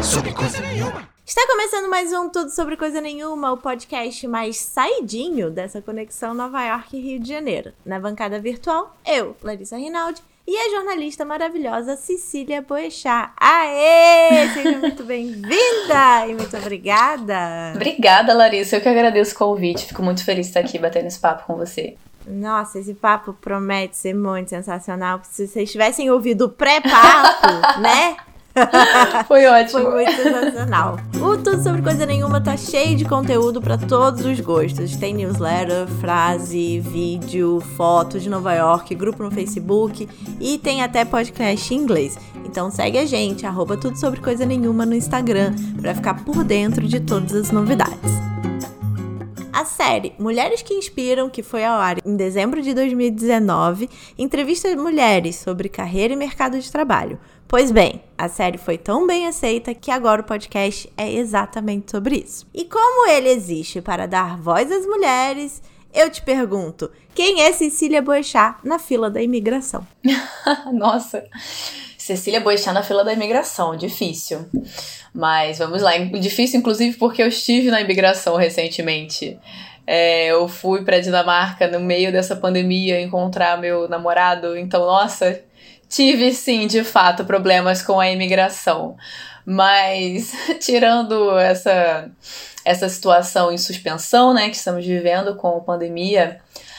sobre coisa nenhuma. Está começando mais um Tudo Sobre Coisa Nenhuma, o podcast mais saidinho dessa conexão Nova York e Rio de Janeiro. Na bancada virtual, eu, Larissa Rinaldi, e a jornalista maravilhosa Cecília Boechat. Aê! Seja muito bem-vinda e muito obrigada! Obrigada, Larissa. Eu que agradeço o convite. Fico muito feliz de estar aqui batendo esse papo com você. Nossa, esse papo promete ser muito sensacional. Se vocês tivessem ouvido o pré-papo, né? Foi ótimo. Foi muito sensacional. O Tudo Sobre Coisa Nenhuma tá cheio de conteúdo pra todos os gostos. Tem newsletter, frase, vídeo, foto de Nova York, grupo no Facebook e tem até podcast em inglês. Então segue a gente, @Tudo Sobre Coisa Nenhuma no Instagram, pra ficar por dentro de todas as novidades. A série Mulheres que Inspiram, que foi ao ar em dezembro de 2019, entrevista mulheres sobre carreira e mercado de trabalho. Pois bem, a série foi tão bem aceita que agora o podcast é exatamente sobre isso. E como ele existe para dar voz às mulheres, eu te pergunto, quem é Cecília Boechat na fila da imigração? Nossa, Cecília Boechat na fila da imigração, difícil. Mas vamos lá, difícil inclusive porque eu estive na imigração recentemente. Eu fui pra Dinamarca no meio dessa pandemia encontrar meu namorado, então, nossa, tive sim, de fato, problemas com a imigração. Mas, tirando essa situação em suspensão, né, que estamos vivendo com a pandemia,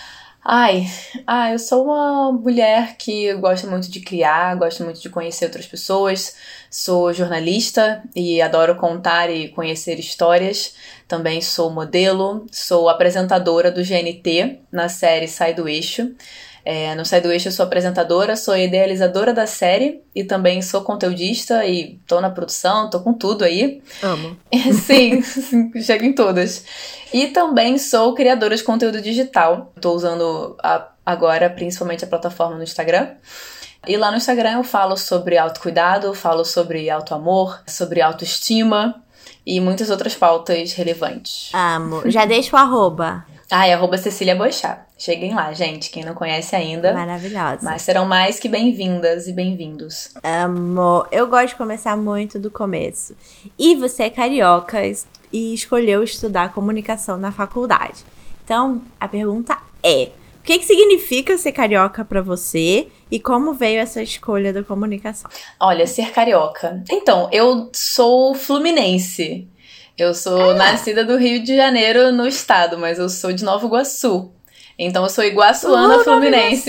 eu sou uma mulher que gosta muito de criar, gosta muito de conhecer outras pessoas, sou jornalista e adoro contar e conhecer histórias, também sou modelo, sou apresentadora do GNT na série Sai do Eixo. No Sai do Eixo eu sou apresentadora, sou idealizadora da série e também sou conteudista e tô na produção, tô com tudo aí. Amo. Sim, chego em todas. E também sou criadora de conteúdo digital. Tô usando agora principalmente a plataforma no Instagram. E lá no Instagram eu falo sobre autocuidado, falo sobre autoamor, sobre autoestima e muitas outras pautas relevantes. Amo. Já deixa o @. @Cecília Boechat. Cheguem lá, gente, quem não conhece ainda. Maravilhosa. Mas serão mais que bem-vindas e bem-vindos. Amo. Eu gosto de começar muito do começo. E você é carioca e escolheu estudar comunicação na faculdade. Então, a pergunta é: o que significa ser carioca pra você e como veio essa escolha da comunicação? Olha, ser carioca. Então, eu sou fluminense. Eu sou nascida do Rio de Janeiro, no estado, mas eu sou de Nova Iguaçu. Então eu sou iguaçuana fluminense.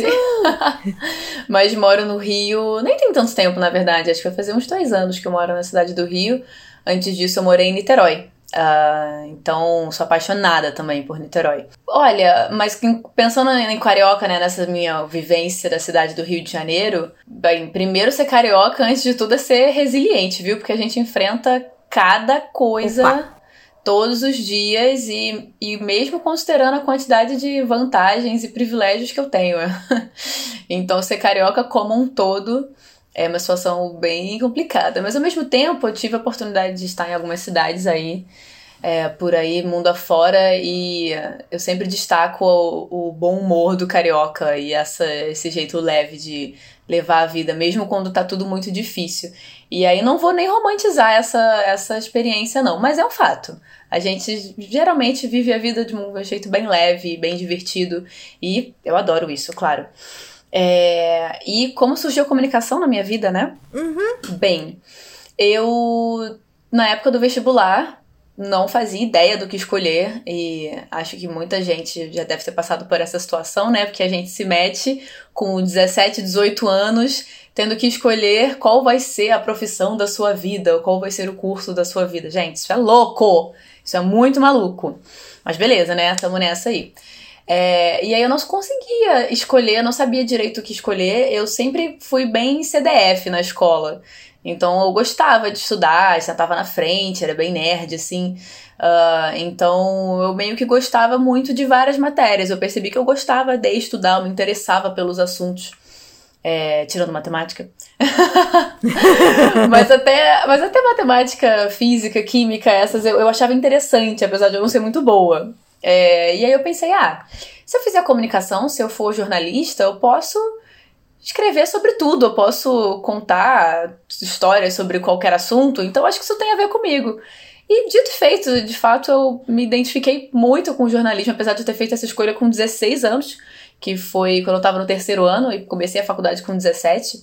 Mas moro no Rio, nem tem tanto tempo, na verdade. Acho que vai fazer uns 2 anos que eu moro na cidade do Rio. Antes disso eu morei em Niterói. Então sou apaixonada também por Niterói. Olha, mas pensando em carioca, né, nessa minha vivência da cidade do Rio de Janeiro, bem, primeiro ser carioca, antes de tudo, é ser resiliente, viu? Porque a gente enfrenta cada coisa todos os dias e mesmo considerando a quantidade de vantagens e privilégios que eu tenho. Então ser carioca como um todo é uma situação bem complicada, mas ao mesmo tempo eu tive a oportunidade de estar em algumas cidades aí, por aí, mundo afora, e eu sempre destaco o bom humor do carioca e esse jeito leve de levar a vida, mesmo quando tá tudo muito difícil. E aí não vou nem romantizar essa experiência não, mas é um fato. A gente geralmente vive a vida de um jeito bem leve, bem divertido, e eu adoro isso, claro. E como surgiu a comunicação na minha vida, né? Uhum. Bem, eu, na época do vestibular, não fazia ideia do que escolher, e acho que muita gente já deve ter passado por essa situação, né? Porque a gente se mete com 17, 18 anos, tendo que escolher qual vai ser a profissão da sua vida, qual vai ser o curso da sua vida. Gente, isso é louco! Isso é muito maluco. Mas beleza, né? Tamo nessa aí. E aí eu não conseguia escolher, não sabia direito o que escolher. Eu sempre fui bem CDF na escola. Então eu gostava de estudar, sentava na frente, era bem nerd, assim. Então eu meio que gostava muito de várias matérias. Eu percebi que eu gostava de estudar, eu me interessava pelos assuntos. Tirando matemática. mas até matemática, física, química, essas eu achava interessante, apesar de eu não ser muito boa. E aí eu pensei, se eu fizer comunicação, se eu for jornalista, eu posso escrever sobre tudo, eu posso contar histórias sobre qualquer assunto, então acho que isso tem a ver comigo. E dito e feito, de fato, eu me identifiquei muito com o jornalismo, apesar de eu ter feito essa escolha com 16 anos, que foi quando eu estava no terceiro ano e comecei a faculdade com 17.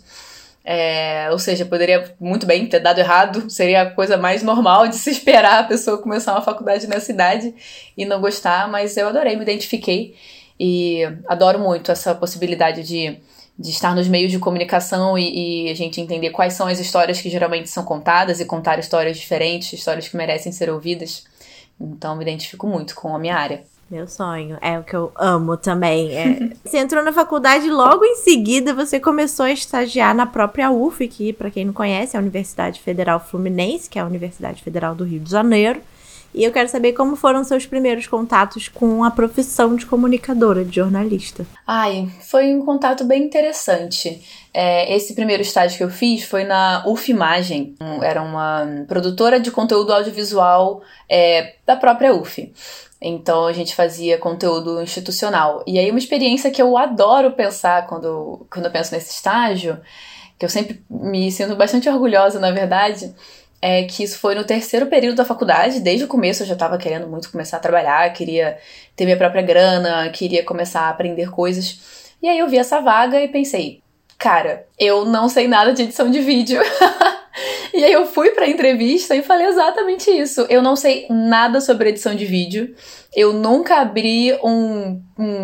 Ou seja, poderia muito bem ter dado errado, seria a coisa mais normal de se esperar a pessoa começar uma faculdade nessa idade e não gostar, mas eu adorei, me identifiquei e adoro muito essa possibilidade de estar nos meios de comunicação e a gente entender quais são as histórias que geralmente são contadas e contar histórias diferentes, histórias que merecem ser ouvidas. Então me identifico muito com a minha área. Meu sonho, é o que eu amo também. Você entrou na faculdade e logo em seguida você começou a estagiar na própria UF, que pra quem não conhece é a Universidade Federal Fluminense, que é a Universidade Federal do Rio de Janeiro. E eu quero saber como foram seus primeiros contatos com a profissão de comunicadora, de jornalista. Foi um contato bem interessante. Esse primeiro estágio que eu fiz foi na UFimagem. Era uma produtora de conteúdo audiovisual da própria UF. Então a gente fazia conteúdo institucional. E aí uma experiência que eu adoro pensar quando eu penso nesse estágio, que eu sempre me sinto bastante orgulhosa, na verdade, é que isso foi no terceiro período da faculdade. Desde o começo eu já estava querendo muito começar a trabalhar, queria ter minha própria grana, queria começar a aprender coisas. E aí eu vi essa vaga e pensei, cara, eu não sei nada de edição de vídeo. E aí eu fui pra entrevista e falei exatamente isso. Eu não sei nada sobre edição de vídeo. Eu nunca abri um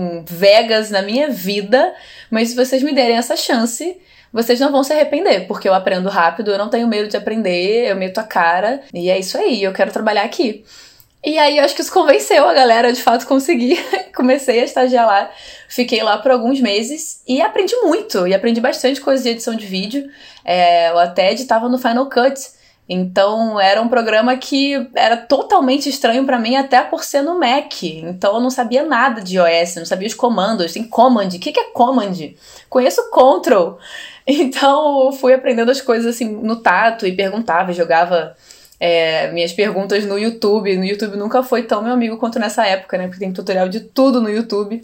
Vegas na minha vida. Mas se vocês me derem essa chance, vocês não vão se arrepender. Porque eu aprendo rápido, eu não tenho medo de aprender, eu meto a cara. E é isso aí, eu quero trabalhar aqui. E aí eu acho que isso convenceu a galera, de fato consegui. Comecei a estagiar lá, fiquei lá por alguns meses e aprendi muito. E aprendi bastante coisa de edição de vídeo. Eu até editava no Final Cut. Então era um programa que era totalmente estranho pra mim, até por ser no Mac. Então eu não sabia nada de iOS, não sabia os comandos. Tem Command, o que é Command? Conheço Control. Então eu fui aprendendo as coisas assim no tato e perguntava, jogava minhas perguntas no YouTube. No YouTube nunca foi tão meu amigo quanto nessa época, né? Porque tem tutorial de tudo no YouTube.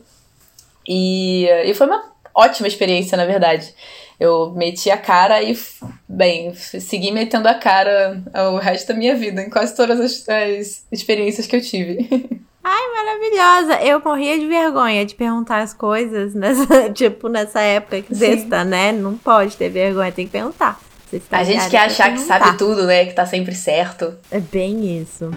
E foi uma ótima experiência, na verdade. Eu meti a cara e, segui metendo a cara o resto da minha vida, em quase todas as experiências que eu tive. Ai, maravilhosa! Eu morria de vergonha de perguntar as coisas nessa época que você está, né? Não pode ter vergonha, tem que perguntar. A gente quer achar que sabe tudo, né? Que tá sempre certo. É bem isso.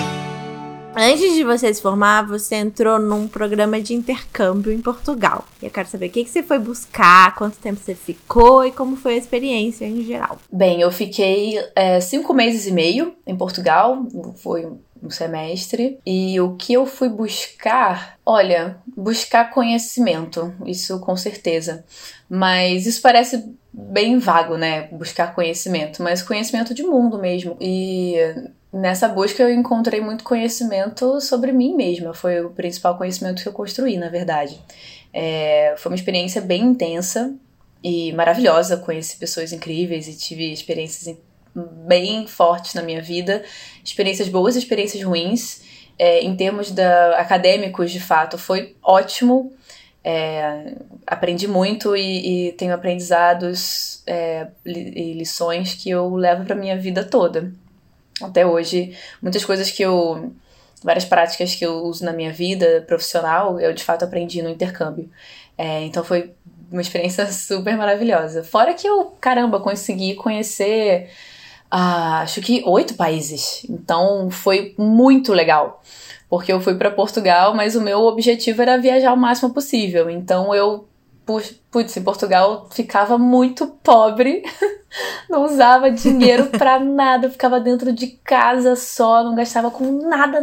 Antes de você se formar, você entrou num programa de intercâmbio em Portugal. E eu quero saber o que você foi buscar, quanto tempo você ficou e como foi a experiência em geral. Bem, eu fiquei 5 meses e meio em Portugal, foi um semestre. E o que eu fui buscar? Olha, buscar conhecimento, isso com certeza. Mas isso parece bem vago, né? Buscar conhecimento, mas conhecimento de mundo mesmo. E nessa busca eu encontrei muito conhecimento sobre mim mesma. Foi o principal conhecimento que eu construí, na verdade. Foi uma experiência bem intensa e maravilhosa. Conheci pessoas incríveis e tive experiências bem fortes na minha vida. Experiências boas e experiências ruins. Em termos acadêmicos, de fato, foi ótimo. Aprendi muito e tenho aprendizados e lições que eu levo para minha vida toda. Até hoje, várias práticas que eu uso na minha vida profissional, eu de fato aprendi no intercâmbio. Então foi uma experiência super maravilhosa. Fora que eu, consegui conhecer, acho que 8 países. Então foi muito legal. Porque eu fui para Portugal, mas o meu objetivo era viajar o máximo possível. Então eu, em Portugal ficava muito pobre, não usava dinheiro pra nada, ficava dentro de casa só, não gastava com nada.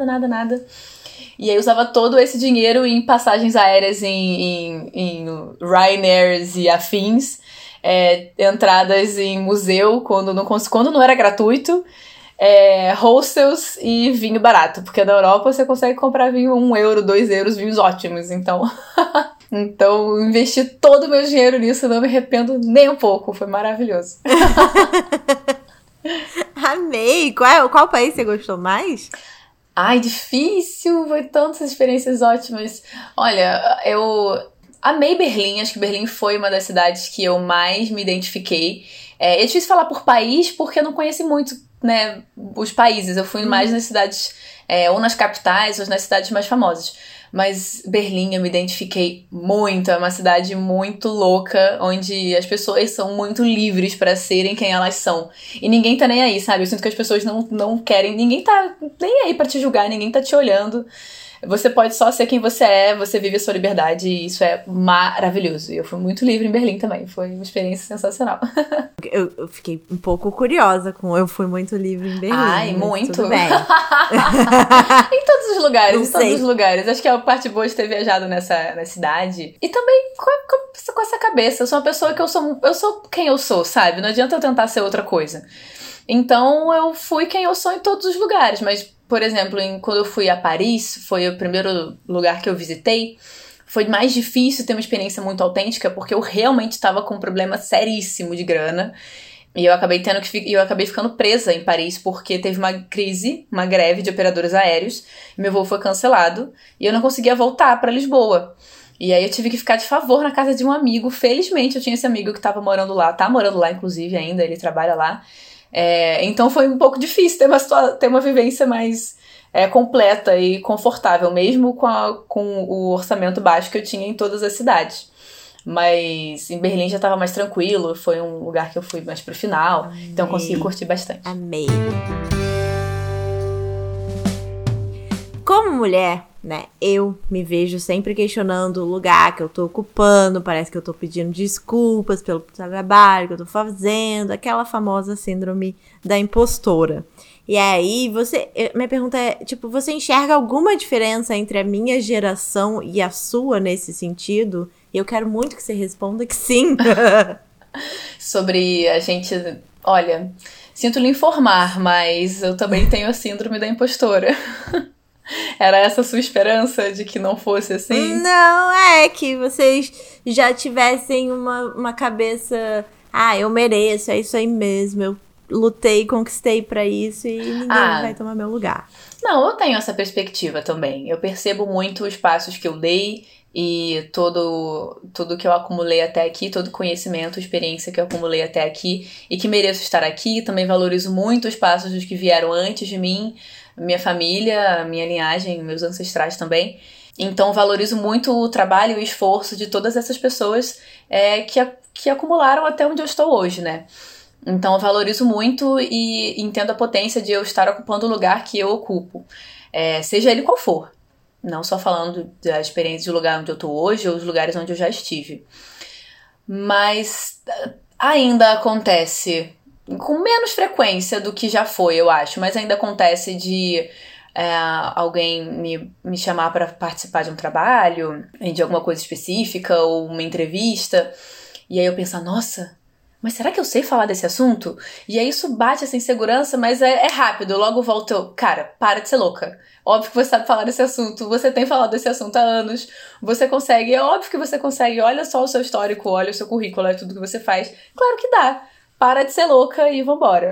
E aí usava todo esse dinheiro em passagens aéreas, em Ryanairs e afins, entradas em museu quando não era gratuito, hostels e vinho barato, porque na Europa você consegue comprar vinho 1 euro, 2 euros, vinhos ótimos, então investi todo o meu dinheiro nisso, não me arrependo nem um pouco, foi maravilhoso. Amei! Qual país você gostou mais? Ai, difícil, foi tantas experiências ótimas. Olha, amei Berlim, acho que Berlim foi uma das cidades que eu mais me identifiquei. É difícil falar por país, porque eu não conheci muito, né, os países. Eu fui mais nas cidades, ou nas capitais, ou nas cidades mais famosas. Mas Berlim eu me identifiquei muito, é uma cidade muito louca, onde as pessoas são muito livres pra serem quem elas são. E ninguém tá nem aí, sabe? Eu sinto que as pessoas não querem, ninguém tá nem aí pra te julgar, ninguém tá te olhando. Você pode só ser quem você é, você vive a sua liberdade e isso é maravilhoso. E eu fui muito livre em Berlim também, foi uma experiência sensacional. Eu fiquei um pouco curiosa com eu fui muito livre em Berlim. Ai, muito. Tudo bem. Em todos os lugares, Não em sei. todos os lugares. Acho que é a parte boa de ter viajado nessa cidade. E também com essa cabeça. Eu sou uma pessoa que eu sou quem eu sou, sabe? Não adianta eu tentar ser outra coisa. Então eu fui quem eu sou em todos os lugares, mas por exemplo, quando eu fui a Paris, foi o primeiro lugar que eu visitei, foi mais difícil ter uma experiência muito autêntica, porque eu realmente estava com um problema seríssimo de grana, e eu acabei ficando presa em Paris, porque teve uma crise, uma greve de operadores aéreos, e meu voo foi cancelado, e eu não conseguia voltar para Lisboa. E aí eu tive que ficar de favor na casa de um amigo. Felizmente eu tinha esse amigo que estava morando lá, tá morando lá inclusive ainda, ele trabalha lá. Então foi um pouco difícil ter uma vivência mais completa e confortável, mesmo com o orçamento baixo que eu tinha em todas as cidades. Mas em Berlim já estava mais tranquilo, foi um lugar que eu fui mais pro final, amei. Então eu consegui curtir bastante. Amei. Como mulher, né, eu me vejo sempre questionando o lugar que eu tô ocupando, parece que eu tô pedindo desculpas pelo trabalho que eu tô fazendo, aquela famosa síndrome da impostora. E aí, minha pergunta é, tipo, você enxerga alguma diferença entre a minha geração e a sua nesse sentido? E eu quero muito que você responda que sim. Sobre a gente, olha, sinto lhe informar, mas eu também tenho a síndrome da impostora. Era essa a sua esperança de que não fosse assim? Não, é que vocês já tivessem uma cabeça... eu mereço, é isso aí mesmo. Eu lutei, conquistei pra isso e ninguém vai tomar meu lugar. Não, eu tenho essa perspectiva também. Eu percebo muito os passos que eu dei e tudo que eu acumulei até aqui, todo conhecimento, experiência que eu acumulei até aqui e que mereço estar aqui. Também valorizo muito os passos dos que vieram antes de mim, minha família, minha linhagem, meus ancestrais também. Então valorizo muito o trabalho e o esforço de todas essas pessoas que acumularam até onde eu estou hoje, né? Então eu valorizo muito e entendo a potência de eu estar ocupando o lugar que eu ocupo, seja ele qual for. Não só falando da experiência do lugar onde eu estou hoje ou os lugares onde eu já estive. Mas ainda acontece com menos frequência do que já foi, eu acho, mas ainda acontece de alguém me chamar para participar de um trabalho, de alguma coisa específica ou uma entrevista, e aí eu pensar, nossa, mas será que eu sei falar desse assunto? E aí isso bate essa insegurança, mas é rápido, eu logo volto, cara, para de ser louca. Óbvio que você sabe falar desse assunto, você tem falado desse assunto há anos, você consegue, é óbvio que você consegue, olha só o seu histórico, olha o seu currículo, olha tudo que você faz, claro que dá. Para de ser louca e vambora.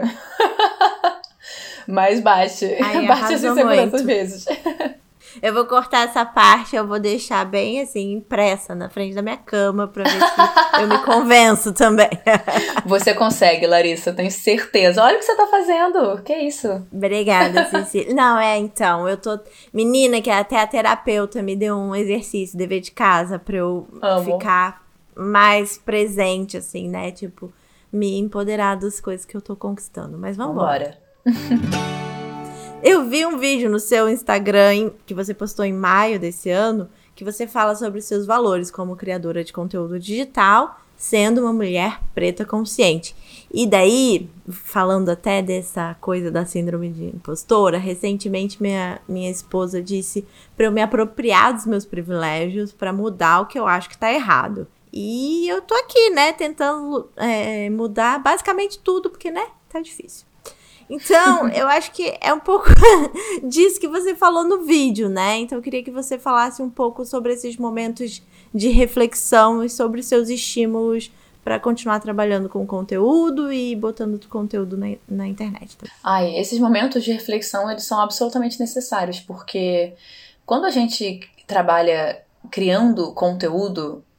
Mas bate essa insegurança às vezes. Eu vou cortar essa parte, eu vou deixar bem assim, impressa na frente da minha cama pra ver se eu me convenço também. Você consegue, Larissa, eu tenho certeza. Olha o que você tá fazendo, que isso? Obrigada, Cecília. Não, então, eu tô... Menina, que até a terapeuta me deu um exercício, dever de casa, pra eu ficar mais presente, assim, né? Tipo, me empoderar das coisas que eu tô conquistando. Mas vambora. Eu vi um vídeo no seu Instagram que você postou em maio desse ano, que você fala sobre os seus valores como criadora de conteúdo digital, sendo uma mulher preta consciente. E daí, falando até dessa coisa da síndrome de impostora, recentemente minha esposa disse pra eu me apropriar dos meus privilégios pra mudar o que eu acho que tá errado. E eu tô aqui, né, tentando mudar basicamente tudo, porque, né, tá difícil. Então, eu acho que é um pouco disso que você falou no vídeo, né? Então, eu queria que você falasse um pouco sobre esses momentos de reflexão e sobre os seus estímulos para continuar trabalhando com conteúdo e botando conteúdo na internet. Esses momentos de reflexão, eles são absolutamente necessários, porque quando a gente trabalha criando conteúdo,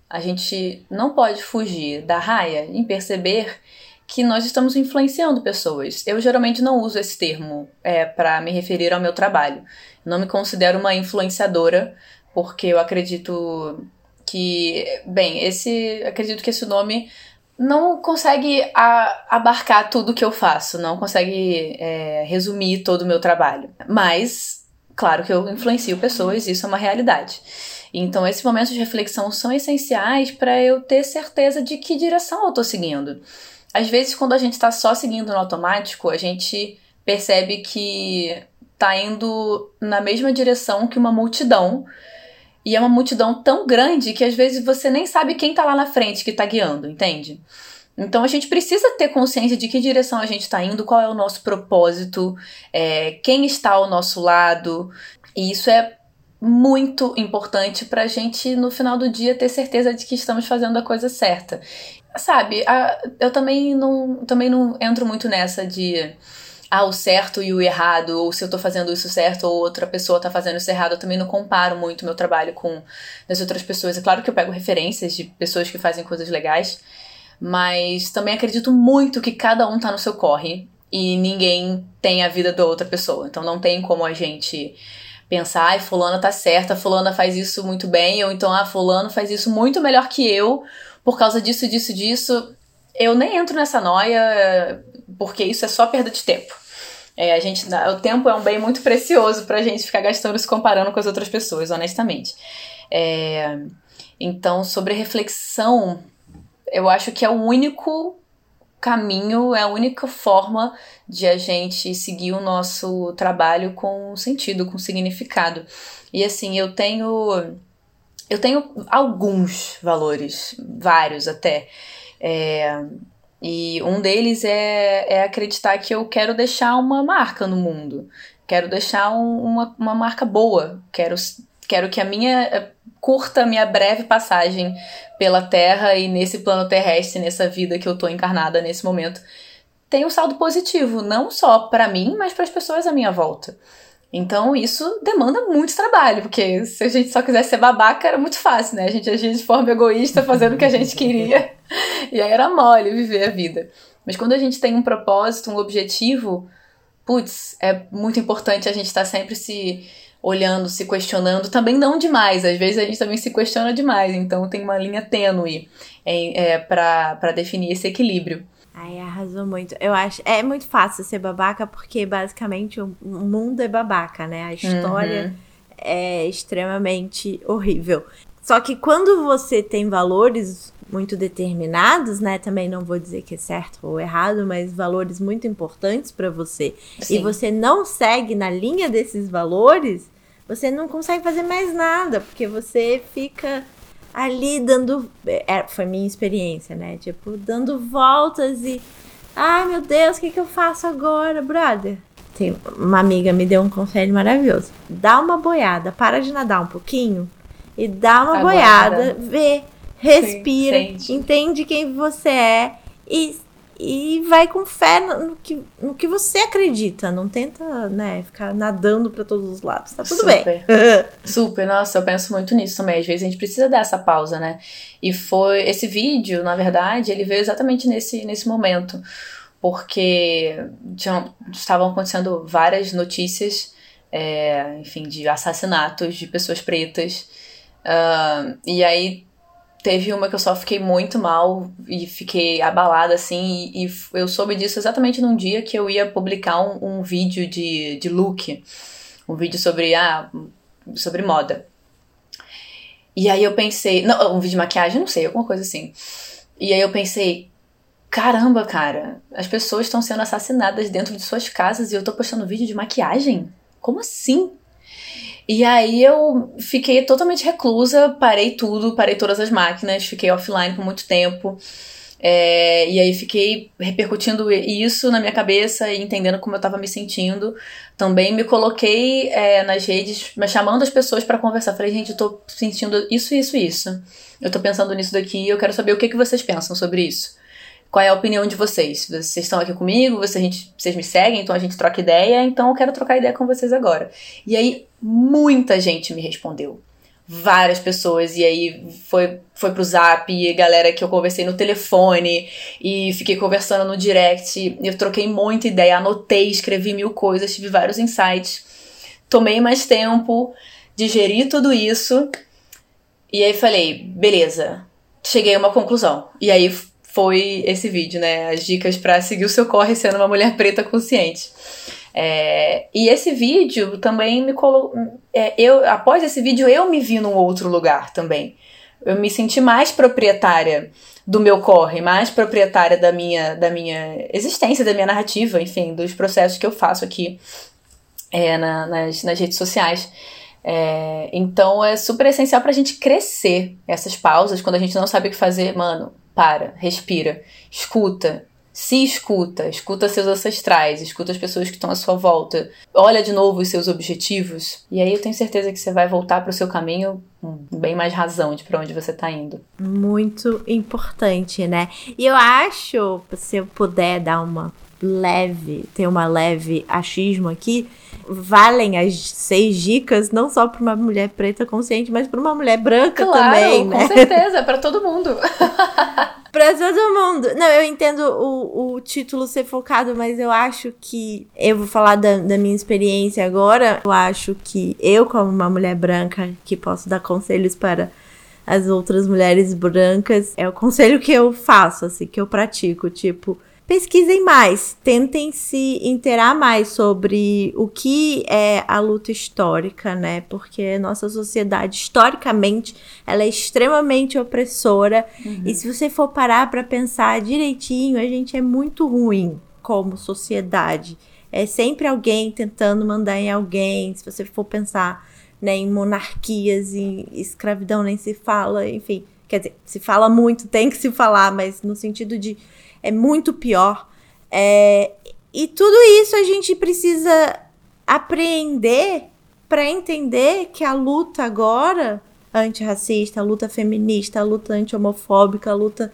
a gente não pode fugir da raia em perceber que nós estamos influenciando pessoas. Eu geralmente não uso esse termo para me referir ao meu trabalho. Não me considero uma influenciadora, porque eu acredito que, acredito que esse nome não consegue abarcar tudo que eu faço, não consegue resumir todo o meu trabalho. Mas, claro que eu influencio pessoas, isso é uma realidade. Então, esses momentos de reflexão são essenciais para eu ter certeza de que direção eu estou seguindo. Às vezes, quando a gente está só seguindo no automático, a gente percebe que está indo na mesma direção que uma multidão. E é uma multidão tão grande que às vezes você nem sabe quem tá lá na frente que tá guiando, entende? Então a gente precisa ter consciência de que direção a gente tá indo, qual é o nosso propósito, quem está ao nosso lado. E isso é muito importante pra gente, no final do dia, ter certeza de que estamos fazendo a coisa certa. Sabe, eu também não entro muito nessa de o certo e o errado, ou se eu tô fazendo isso certo ou outra pessoa tá fazendo isso errado. Eu também não comparo muito meu trabalho com as outras pessoas. É claro que eu pego referências de pessoas que fazem coisas legais, mas também acredito muito que cada um tá no seu corre e ninguém tem a vida da outra pessoa. Então não tem como a gente pensar, fulana tá certa, fulana faz isso muito bem, ou então, fulano faz isso muito melhor que eu, por causa disso, disso, disso. Eu nem entro nessa noia, porque isso é só perda de tempo. O tempo é um bem muito precioso pra gente ficar gastando se comparando com as outras pessoas, honestamente. Então, sobre reflexão, eu acho que é o único caminho, é a única forma de a gente seguir o nosso trabalho com sentido, com significado. E assim, eu tenho alguns valores, vários até. E um deles é acreditar que eu quero deixar uma marca no mundo. Quero deixar uma marca boa. Quero que a minha breve passagem pela Terra e nesse plano terrestre, nessa vida que eu tô encarnada nesse momento, tenha um saldo positivo. Não só pra mim, mas pras pessoas à minha volta. Então isso demanda muito trabalho, porque se a gente só quisesse ser babaca era muito fácil, né? A gente agia de forma egoísta, fazendo o que a gente queria, e aí era mole viver a vida. Mas quando a gente tem um propósito, um objetivo, é muito importante a gente estar sempre se olhando, se questionando, também não demais, às vezes a gente também se questiona demais, então tem uma linha tênue para definir esse equilíbrio. Ai, arrasou muito. Eu acho, é muito fácil ser babaca porque basicamente o mundo é babaca, né? A história é extremamente horrível. Só que quando você tem valores muito determinados, né? Também não vou dizer que é certo ou errado, mas valores muito importantes pra você. Sim. E você não segue na linha desses valores, você não consegue fazer mais nada, porque você fica ali dando... foi minha experiência, né? Tipo, dando voltas e... Ai, meu Deus, o que eu faço agora, brother? Tem uma amiga me deu um conselho maravilhoso. Dá uma boiada, para de nadar um pouquinho e dá uma boiada, vê, respira, entende quem você é e vai com fé no que você acredita. Não tenta, né, ficar nadando pra todos os lados. Tá tudo bem. Super, nossa, eu penso muito nisso também. Às vezes a gente precisa dar essa pausa, né? E esse vídeo, na verdade, ele veio exatamente nesse momento. Porque estavam acontecendo várias notícias, enfim, de assassinatos de pessoas pretas. E aí teve uma que eu só fiquei muito mal e fiquei abalada, assim, e eu soube disso exatamente num dia que eu ia publicar um vídeo de look, um vídeo sobre moda. E aí eu pensei, não, um vídeo de maquiagem, não sei, alguma coisa assim. E aí eu pensei, caramba, cara, as pessoas estão sendo assassinadas dentro de suas casas e eu tô postando vídeo de maquiagem? Como assim? E aí eu fiquei totalmente reclusa, parei todas as máquinas, fiquei offline por muito tempo. E aí fiquei repercutindo isso na minha cabeça e entendendo como eu tava me sentindo. Também me coloquei nas redes, mas chamando as pessoas pra conversar. Falei, gente, eu tô sentindo isso. Eu tô pensando nisso daqui, eu quero saber o que vocês pensam sobre isso. Qual é a opinião de vocês? Vocês estão aqui comigo, vocês me seguem, então a gente troca ideia, então eu quero trocar ideia com vocês agora. E aí, muita gente me respondeu. várias pessoas, e aí foi pro Zap, e a galera que eu conversei no telefone, e fiquei conversando no direct, eu troquei muita ideia, anotei, escrevi 1000 coisas, tive vários insights, tomei mais tempo, digeri tudo isso, e aí falei, beleza, cheguei a uma conclusão, e aí foi esse vídeo, né, as dicas pra seguir o seu corre sendo uma mulher preta consciente. E esse vídeo também me colocou. Após esse vídeo, eu me vi num outro lugar também. Eu me senti mais proprietária do meu corre, mais proprietária da minha existência, da minha narrativa, enfim, dos processos que eu faço aqui nas redes sociais. Então é super essencial pra gente crescer essas pausas, quando a gente não sabe o que fazer. Mano, para, respira, escuta. Se escuta seus ancestrais, escuta as pessoas que estão à sua volta, olha de novo os seus objetivos, e aí eu tenho certeza que você vai voltar para o seu caminho com bem mais razão de para onde você está indo. Muito importante, né? E eu acho, se eu puder dar ter uma leve achismo aqui, valem as 6 dicas não só para uma mulher preta consciente, mas para uma mulher branca também, né? Com certeza, para todo mundo. Pra todo mundo. Não, eu entendo o título ser focado, mas eu acho que... Eu vou falar da minha experiência agora. Eu acho que eu, como uma mulher branca, que posso dar conselhos para as outras mulheres brancas, é o conselho que eu faço, assim, que eu pratico. Tipo, pesquisem mais, tentem se inteirar mais sobre o que é a luta histórica, né? Porque a nossa sociedade, historicamente, ela é extremamente opressora. E se você for parar para pensar direitinho, a gente é muito ruim como sociedade. É sempre alguém tentando mandar em alguém. Se você for pensar, né, em monarquias, em escravidão, nem se fala, enfim. Quer dizer, se fala muito, tem que se falar, mas no sentido de... é muito pior. E tudo isso a gente precisa apreender para entender que a luta agora, antirracista, a luta feminista, a luta anti-homofóbica, a luta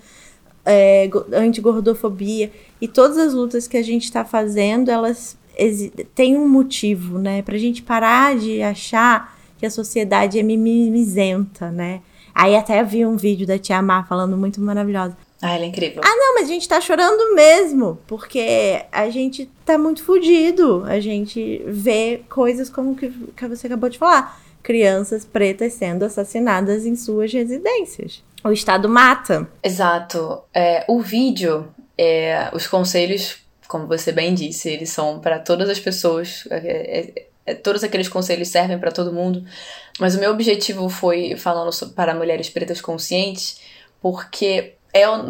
anti-gordofobia, e todas as lutas que a gente está fazendo, elas têm um motivo, né? Pra gente parar de achar que a sociedade é mimizenta, né? Aí até vi um vídeo da Tia Má falando muito maravilhosa. Ela é incrível. Não, mas a gente tá chorando mesmo, porque a gente tá muito fudido. A gente vê coisas como que você acabou de falar. Crianças pretas sendo assassinadas em suas residências. O Estado mata. Exato. O vídeo, os conselhos, como você bem disse, eles são para todas as pessoas. Todos aqueles conselhos servem para todo mundo. Mas o meu objetivo foi falando para mulheres pretas conscientes, porque é o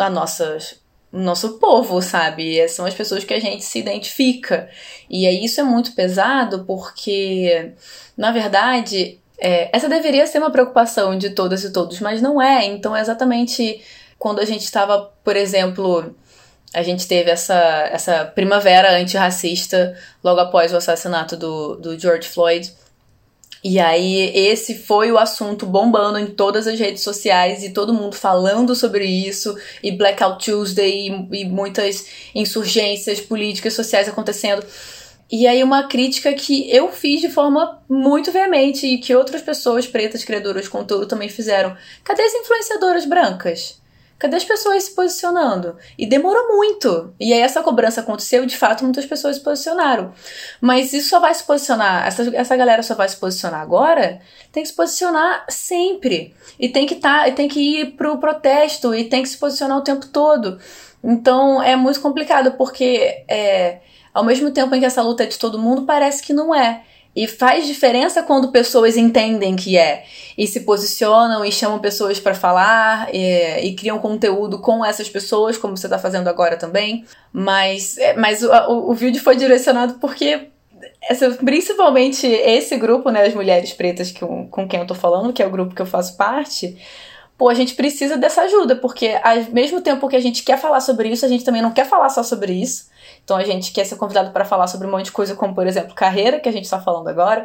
nosso povo, sabe? São as pessoas que a gente se identifica. E aí isso é muito pesado porque, na verdade, essa deveria ser uma preocupação de todas e todos, mas não é. Então é exatamente quando a gente estava, por exemplo, a gente teve essa primavera antirracista logo após o assassinato do George Floyd. E aí esse foi o assunto bombando em todas as redes sociais e todo mundo falando sobre isso, e Blackout Tuesday e muitas insurgências políticas sociais acontecendo. E aí uma crítica que eu fiz de forma muito veemente e que outras pessoas pretas criadoras de conteúdo também fizeram. Cadê as influenciadoras brancas? Cadê as pessoas se posicionando? E demorou muito. E aí essa cobrança aconteceu, de fato, muitas pessoas se posicionaram. Mas isso só vai se posicionar, essa galera só vai se posicionar agora, tem que se posicionar sempre. E tem que ir pro protesto, e tem que se posicionar o tempo todo. Então é muito complicado, porque ao mesmo tempo em que essa luta é de todo mundo, parece que não é. E faz diferença quando pessoas entendem que e se posicionam e chamam pessoas para falar e criam conteúdo com essas pessoas, como você tá fazendo agora também. Mas o vídeo foi direcionado porque principalmente esse grupo, né, as mulheres pretas com quem eu tô falando, que é o grupo que eu faço parte, a gente precisa dessa ajuda, porque ao mesmo tempo que a gente quer falar sobre isso, a gente também não quer falar só sobre isso. Então a gente quer ser convidado para falar sobre um monte de coisa, como por exemplo carreira, que a gente está falando agora.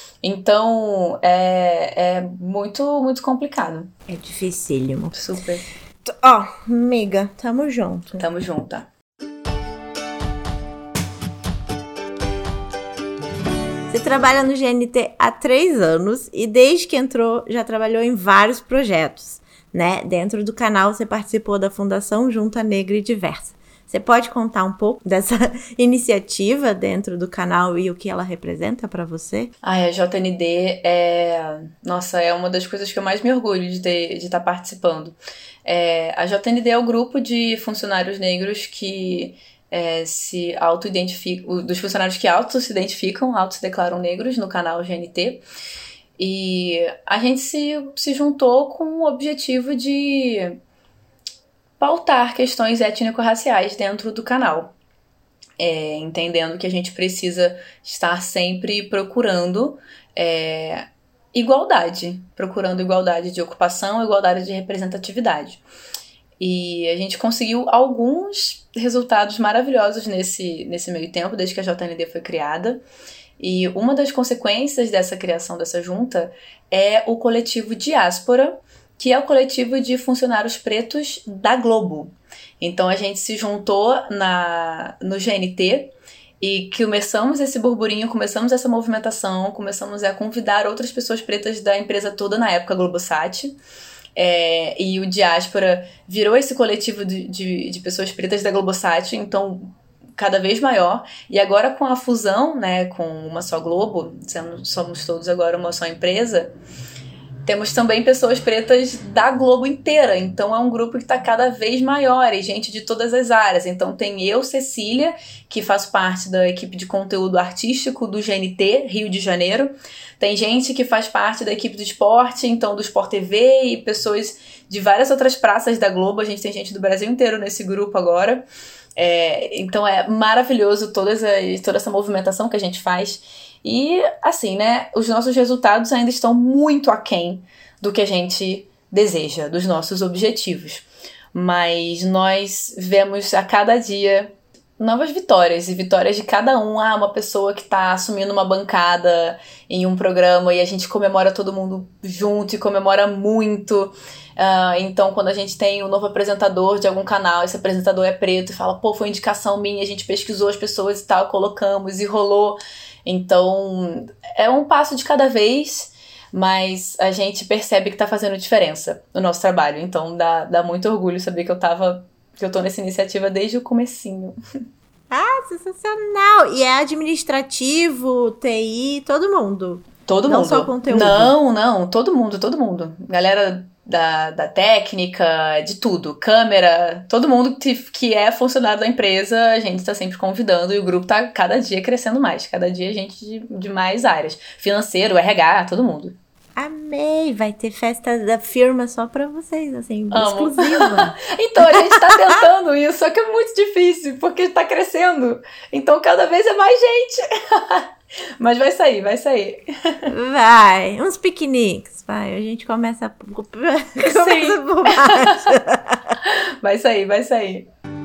Então é muito, muito complicado. É dificílimo. Super. Amiga, tamo junto. Tamo junto. Você trabalha no GNT há 3 anos e desde que entrou já trabalhou em vários projetos, né? Dentro do canal você participou da Fundação Junta Negra e Diversa. Você pode contar um pouco dessa iniciativa dentro do canal e o que ela representa para você? Ai, a JND é uma das coisas que eu mais me orgulho de estar participando. A JND é o grupo de funcionários negros que se auto-identificam, dos funcionários que auto-se-identificam, auto-se-declaram negros no canal GNT. E a gente se juntou com o objetivo de pautar questões étnico-raciais dentro do canal. Entendendo que a gente precisa estar sempre procurando igualdade de ocupação, igualdade de representatividade. E a gente conseguiu alguns resultados maravilhosos nesse meio tempo, desde que a JND foi criada. E uma das consequências dessa criação dessa junta é o coletivo Diáspora, que é o coletivo de funcionários pretos da Globo. Então a gente se juntou no GNT e começamos esse burburinho, começamos essa movimentação, começamos a convidar outras pessoas pretas da empresa toda, na época Globosat. E o Diáspora virou esse coletivo de pessoas pretas da Globosat, então cada vez maior. E agora com a fusão, né, com uma só Globo, somos todos agora uma só empresa, temos também pessoas pretas da Globo inteira, então é um grupo que está cada vez maior, e gente de todas as áreas. Então tem eu, Cecília, que faço parte da equipe de conteúdo artístico do GNT, Rio de Janeiro. Tem gente que faz parte da equipe do esporte, então do Sport TV, e pessoas de várias outras praças da Globo. A gente tem gente do Brasil inteiro nesse grupo agora. Então é maravilhoso toda essa movimentação que a gente faz. E, assim, né, os nossos resultados ainda estão muito aquém do que a gente deseja, dos nossos objetivos. Mas nós vemos a cada dia novas vitórias, e vitórias de cada um. Uma pessoa que está assumindo uma bancada em um programa e a gente comemora todo mundo junto e comemora muito. Então, quando a gente tem um novo apresentador de algum canal, esse apresentador é preto e fala, pô, foi indicação minha, a gente pesquisou as pessoas e tal, colocamos e rolou. Então, é um passo de cada vez, mas a gente percebe que tá fazendo diferença no nosso trabalho. Então, dá muito orgulho saber que eu tô nessa iniciativa desde o comecinho. Sensacional! E é administrativo, TI, todo mundo? Todo mundo. Não só conteúdo? Não, todo mundo. Galera da técnica, de tudo, câmera, todo mundo que é funcionário da empresa, a gente tá sempre convidando, e o grupo tá cada dia crescendo mais, cada dia gente de mais áreas, financeiro, RH, todo mundo. Amei! Vai ter festa da firma só pra vocês, assim, exclusiva. Então, a gente tá tentando isso, só que é muito difícil, porque tá crescendo, então cada vez é mais gente. Mas vai sair. Vai, uns piqueniques, vai, a gente começa por baixo. Vai sair.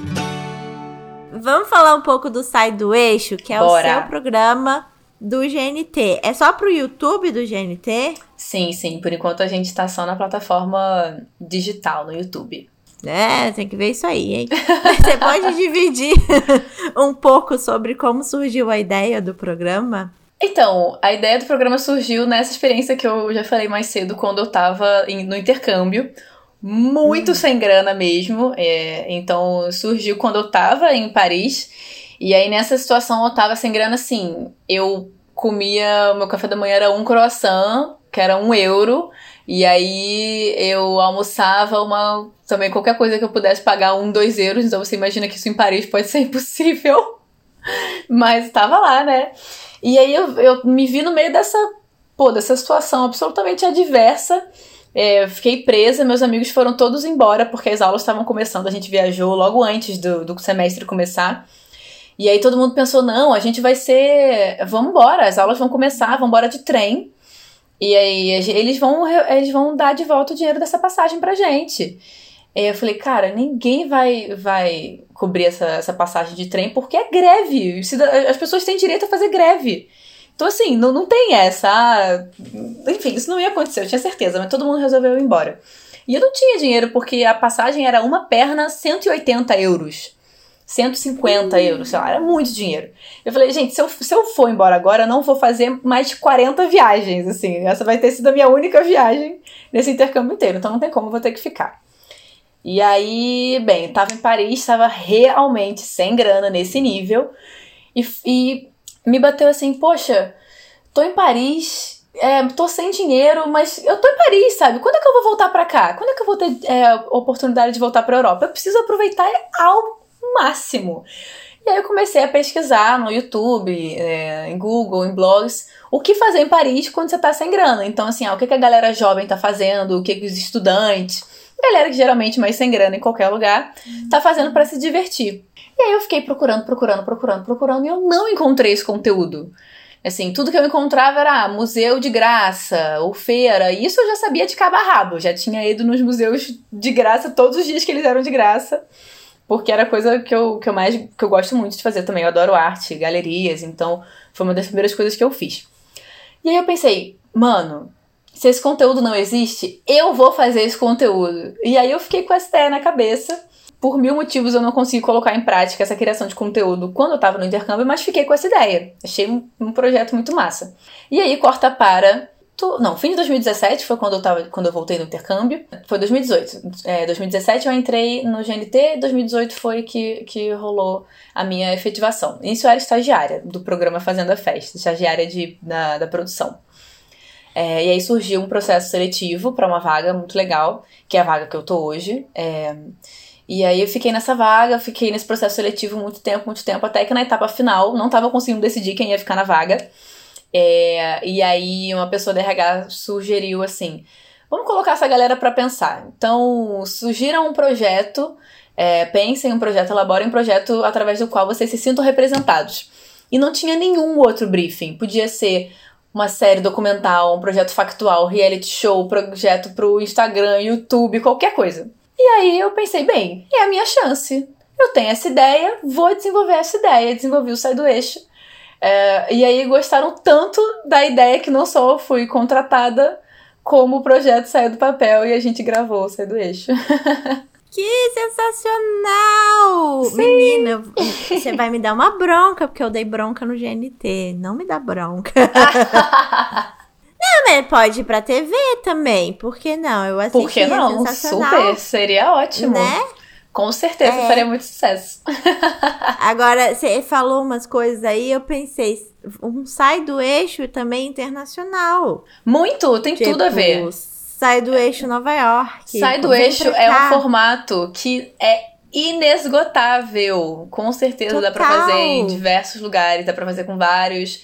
Vamos falar um pouco do Sai do Eixo, que é o seu programa do GNT. É só pro YouTube do GNT? Sim, por enquanto a gente tá só na plataforma digital, no YouTube. Tem que ver isso aí, hein? Você pode dividir um pouco sobre como surgiu a ideia do programa? Então, a ideia do programa surgiu nessa experiência que eu já falei mais cedo, quando eu tava no intercâmbio, muito sem grana mesmo. Então, surgiu quando eu tava em Paris, e aí nessa situação eu tava sem grana, assim, eu comia, o meu café da manhã era um croissant, que era €1, e aí eu almoçava também qualquer coisa que eu pudesse pagar €2, então você imagina que isso em Paris pode ser impossível, mas tava lá, né? E aí eu me vi no meio dessa situação absolutamente adversa. Eu fiquei presa, meus amigos foram todos embora porque as aulas estavam começando, a gente viajou logo antes do semestre começar. E aí todo mundo pensou, não, a gente vamos embora, as aulas vão começar, vamos embora de trem. E aí eles vão dar de volta o dinheiro dessa passagem pra gente. E eu falei, cara, ninguém vai cobrir essa passagem de trem porque é greve. As pessoas têm direito a fazer greve. Então, assim, não tem essa. Enfim, isso não ia acontecer, eu tinha certeza, mas todo mundo resolveu ir embora. E eu não tinha dinheiro porque a passagem era uma perna €180. 150 euros, sei lá, era muito dinheiro. Eu falei, gente, se eu for embora agora, eu não vou fazer mais 40 viagens, assim. Essa vai ter sido a minha única viagem nesse intercâmbio inteiro, então não tem como, eu vou ter que ficar. E aí, bem, tava em Paris, tava realmente sem grana nesse nível. E me bateu assim, poxa, tô em Paris, tô sem dinheiro, mas eu tô em Paris, sabe? Quando é que eu vou voltar pra cá? Quando é que eu vou ter oportunidade de voltar pra Europa? Eu preciso aproveitar ao máximo. E aí eu comecei a pesquisar no YouTube, em Google, em blogs, o que fazer em Paris quando você tá sem grana. Então, assim, o que a galera jovem tá fazendo, o que os estudantes, galera que geralmente mais sem grana em qualquer lugar, tá fazendo pra se divertir. E aí eu fiquei procurando e eu não encontrei esse conteúdo. Assim, tudo que eu encontrava era museu de graça, ou feira, e isso eu já sabia de cabo a rabo. Eu já tinha ido nos museus de graça todos os dias que eles eram de graça, porque era coisa que eu gosto muito de fazer também. Eu adoro arte, galerias, então foi uma das primeiras coisas que eu fiz. E aí eu pensei, mano, se esse conteúdo não existe, eu vou fazer esse conteúdo. E aí eu fiquei com essa ideia na cabeça. Por 1000 motivos eu não consegui colocar em prática essa criação de conteúdo quando eu tava no intercâmbio, mas fiquei com essa ideia. Achei um projeto muito massa. E aí corta para... fim de 2017 foi quando eu voltei no intercâmbio. Foi 2018. 2017 eu entrei no GNT, 2018 foi que rolou a minha efetivação. Isso eu era estagiária do programa Fazenda Festa, estagiária da produção. E aí surgiu um processo seletivo para uma vaga muito legal, que é a vaga que eu tô hoje. E aí eu fiquei nessa vaga, fiquei nesse processo seletivo muito tempo, até que na etapa final não tava conseguindo decidir quem ia ficar na vaga. E aí uma pessoa da RH sugeriu assim, vamos colocar essa galera pra pensar. Então, sugiram um projeto, pensem em um projeto, elaborem um projeto através do qual vocês se sintam representados. E não tinha nenhum outro briefing, podia ser uma série documental, um projeto factual, reality show, projeto pro Instagram, YouTube, qualquer coisa. E aí eu pensei, bem, é a minha chance. Eu tenho essa ideia, vou desenvolver essa ideia. Desenvolvi o Sai do Eixo. E aí gostaram tanto da ideia que não só fui contratada, como o projeto saiu do papel e a gente gravou o Sai do Eixo. Que sensacional! Sim. Menina, você vai me dar uma bronca, porque eu dei bronca no GNT. Não me dá bronca. Não, mas pode ir pra TV também. Por que não? Eu assisti. Por que não? Super, seria ótimo. Né? Com certeza faria muito sucesso. Agora, você falou umas coisas aí, eu pensei, um Sai do Eixo também internacional. Muito, tem tudo a ver. Sai do Eixo Nova York. Sai do Eixo é um formato que é inesgotável. Com certeza dá pra fazer em diversos lugares, dá pra fazer com vários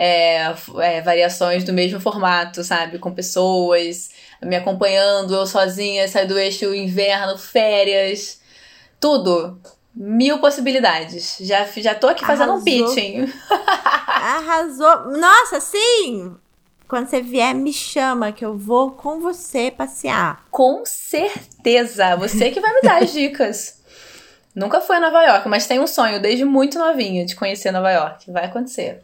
variações do mesmo formato, sabe? Com pessoas me acompanhando, eu sozinha, Sai do Eixo, inverno, férias, tudo. 1000 possibilidades. Já tô aqui fazendo um pitching. Arrasou. Nossa, sim! Quando você vier, me chama que eu vou com você passear. Com certeza. Você que vai me dar as dicas. Nunca fui a Nova York, mas tenho um sonho desde muito novinha de conhecer Nova York. Vai acontecer.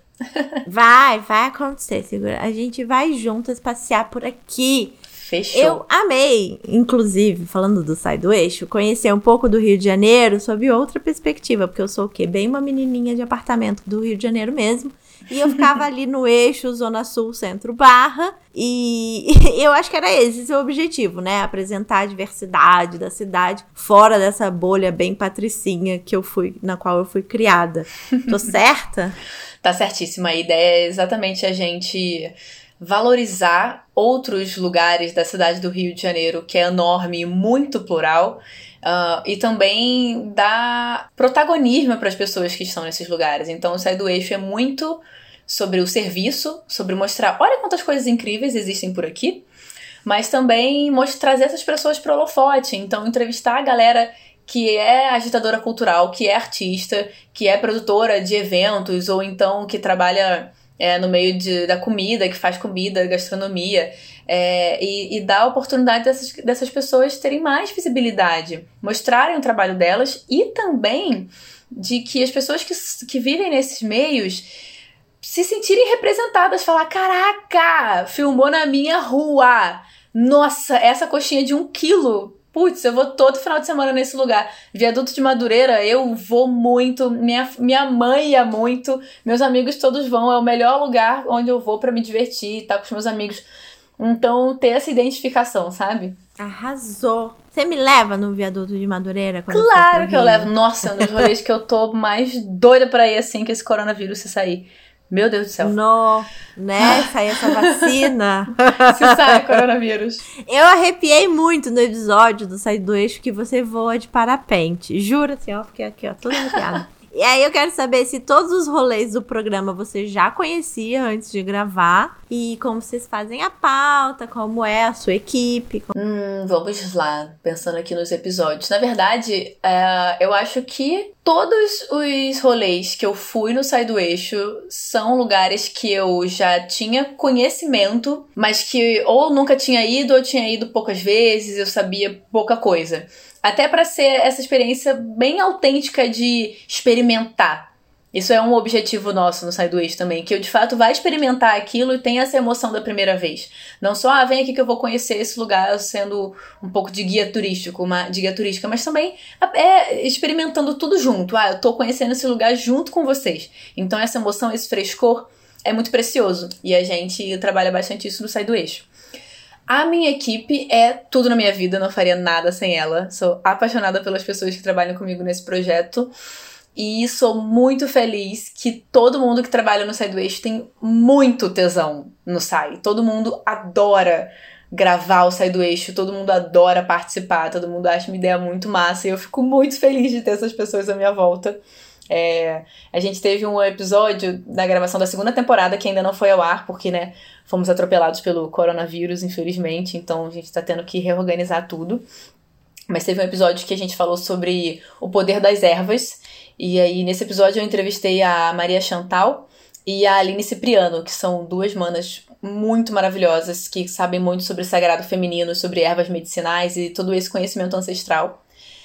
Vai acontecer, segura. A gente vai juntas passear por aqui. Fechou. Eu amei, inclusive, falando do Sai do Eixo, conhecer um pouco do Rio de Janeiro sob outra perspectiva, porque eu sou o quê? Bem uma menininha de apartamento do Rio de Janeiro mesmo. E eu ficava ali no eixo, Zona Sul, Centro, Barra. E eu acho que era esse o objetivo, né? Apresentar a diversidade da cidade fora dessa bolha bem patricinha na qual eu fui criada. Tô certa? Tá certíssima. A ideia é exatamente a gente valorizar outros lugares da cidade do Rio de Janeiro, que é enorme e muito plural, e também dar protagonismo para as pessoas que estão nesses lugares. Então, o Sai do Eixo é muito sobre o serviço, sobre mostrar, olha quantas coisas incríveis existem por aqui, mas também trazer essas pessoas para o holofote. Então, entrevistar a galera que é agitadora cultural, que é artista, que é produtora de eventos, ou então que trabalha no meio da comida, que faz comida, gastronomia, e dar a oportunidade dessas pessoas terem mais visibilidade, mostrarem o trabalho delas, e também de que as pessoas que vivem nesses meios se sentirem representadas, falar, caraca, filmou na minha rua, nossa, essa coxinha de 1 quilo putz, eu vou todo final de semana nesse lugar. Viaduto de Madureira, eu vou muito, minha mãe ia muito, meus amigos todos vão, é o melhor lugar onde eu vou pra me divertir, tá com os meus amigos. Então, ter essa identificação, sabe? Arrasou. Você me leva no Viaduto de Madureira? Claro que eu levo. Nossa, é um dos rolês que eu tô mais doida pra ir assim que esse coronavírus se sair. Meu Deus do céu. Não, né? Sair essa vacina. Se sai coronavírus. Eu arrepiei muito no episódio do Sai do Eixo que você voa de parapente. Juro, assim, ó, fiquei aqui, ó, toda arrepiada. E aí eu quero saber se todos os rolês do programa você já conhecia antes de gravar e como vocês fazem a pauta, como é a sua equipe. Vamos lá, pensando aqui nos episódios. Na verdade, eu acho que todos os rolês que eu fui no Sai do Eixo são lugares que eu já tinha conhecimento, mas que ou nunca tinha ido ou tinha ido poucas vezes, eu sabia pouca coisa. Até pra ser essa experiência bem autêntica de experimentar. Isso é um objetivo nosso no Sai do Eixo também, que eu de fato vá experimentar aquilo e tenha essa emoção da primeira vez. Não só, vem aqui que eu vou conhecer esse lugar sendo um pouco de guia turístico, de guia turística, mas também experimentando tudo junto. Eu tô conhecendo esse lugar junto com vocês. Então essa emoção, esse frescor é muito precioso. E a gente trabalha bastante isso no Sai do Eixo. A minha equipe é tudo na minha vida, não faria nada sem ela. Sou apaixonada pelas pessoas que trabalham comigo nesse projeto. E sou muito feliz que todo mundo que trabalha no Sai do Eixo tem muito tesão no Sai. Todo mundo adora gravar o Sai do Eixo, todo mundo adora participar, todo mundo acha uma ideia muito massa. E eu fico muito feliz de ter essas pessoas à minha volta. A gente teve um episódio da gravação da segunda temporada que ainda não foi ao ar, porque, né, fomos atropelados pelo coronavírus, infelizmente, então a gente tá tendo que reorganizar tudo. Mas teve um episódio que a gente falou sobre o poder das ervas, e aí nesse episódio eu entrevistei a Maria Chantal e a Aline Cipriano, que são duas manas muito maravilhosas, que sabem muito sobre o sagrado feminino, sobre ervas medicinais e todo esse conhecimento ancestral.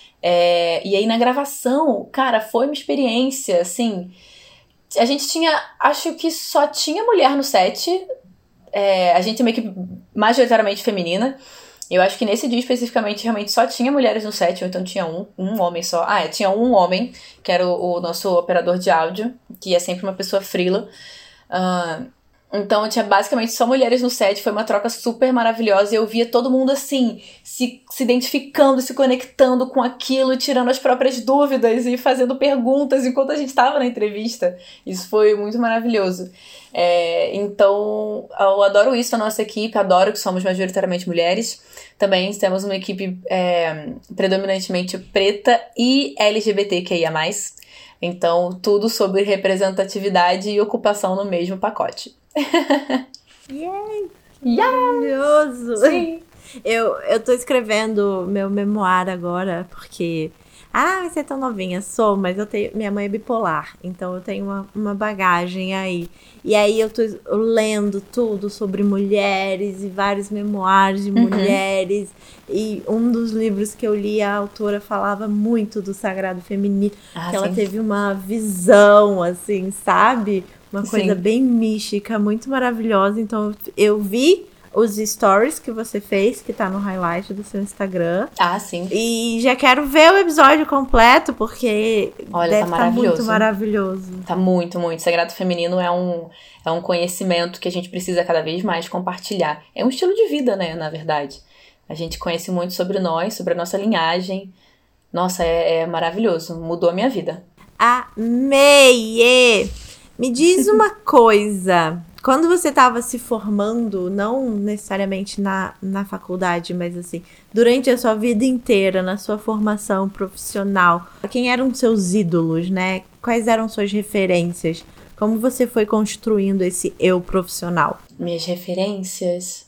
E aí na gravação, cara, foi uma experiência, assim, a gente tinha, acho que só tinha mulher no set, a gente tem uma equipe majoritariamente feminina, eu acho que nesse dia especificamente realmente só tinha mulheres no set, ou então tinha um homem só, tinha um homem, que era o nosso operador de áudio, que é sempre uma pessoa freela, então tinha basicamente só mulheres no set, foi uma troca super maravilhosa e eu via todo mundo assim, se identificando, se conectando com aquilo, tirando as próprias dúvidas e fazendo perguntas enquanto a gente estava na entrevista. Isso foi muito maravilhoso. Então eu adoro isso, a nossa equipe, adoro que somos majoritariamente mulheres. Também temos uma equipe predominantemente preta e LGBTQIA+. Então tudo sobre representatividade e ocupação no mesmo pacote. Yay! Maravilhoso! Sim. Eu tô escrevendo meu memoir agora, porque... você é tão novinha, sou, mas minha mãe é bipolar, então eu tenho uma bagagem aí. E aí eu tô lendo tudo sobre mulheres e vários memoirs de mulheres. E um dos livros que eu li, a autora falava muito do sagrado feminino, que ela teve uma visão, assim, sabe? Uma coisa bem mística, muito maravilhosa. Então eu vi os stories que você fez, que tá no highlight do seu Instagram. Sim. E já quero ver o episódio completo, porque deve estar muito maravilhoso. Tá muito, muito. Sagrado feminino é um conhecimento que a gente precisa cada vez mais compartilhar. É um estilo de vida, né, na verdade. A gente conhece muito sobre nós, sobre a nossa linhagem. Nossa, é maravilhoso. Mudou a minha vida. Amei! Me diz uma coisa... Quando você estava se formando, não necessariamente na faculdade, mas assim, durante a sua vida inteira, na sua formação profissional, quem eram seus ídolos, né? Quais eram suas referências? Como você foi construindo esse eu profissional? Minhas referências?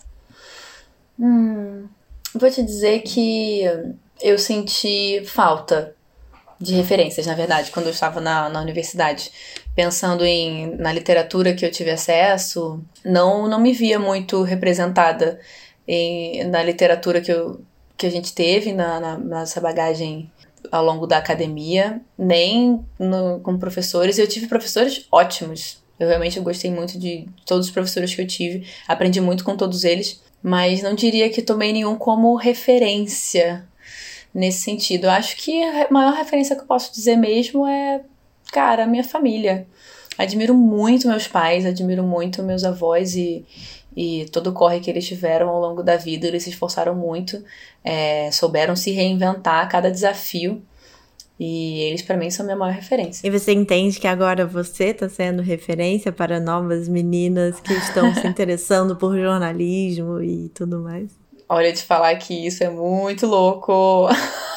Vou te dizer que eu senti falta de referências, na verdade, quando eu estava na universidade. Pensando na literatura que eu tive acesso, não me via muito representada na literatura que a gente teve, nessa bagagem ao longo da academia, nem com professores. Eu tive professores ótimos. Eu realmente gostei muito de todos os professores que eu tive, aprendi muito com todos eles, mas não diria que tomei nenhum como referência. nesse sentido. Eu acho que a maior referência que eu posso dizer mesmo é, cara, a minha família. Admiro muito meus pais, admiro muito meus avós e todo o corre que eles tiveram ao longo da vida. Eles se esforçaram muito, souberam se reinventar a cada desafio. E eles, pra mim, são a minha maior referência. E você entende que agora você tá sendo referência para novas meninas que estão se interessando por jornalismo e tudo mais? Olha, te falar que isso é muito louco.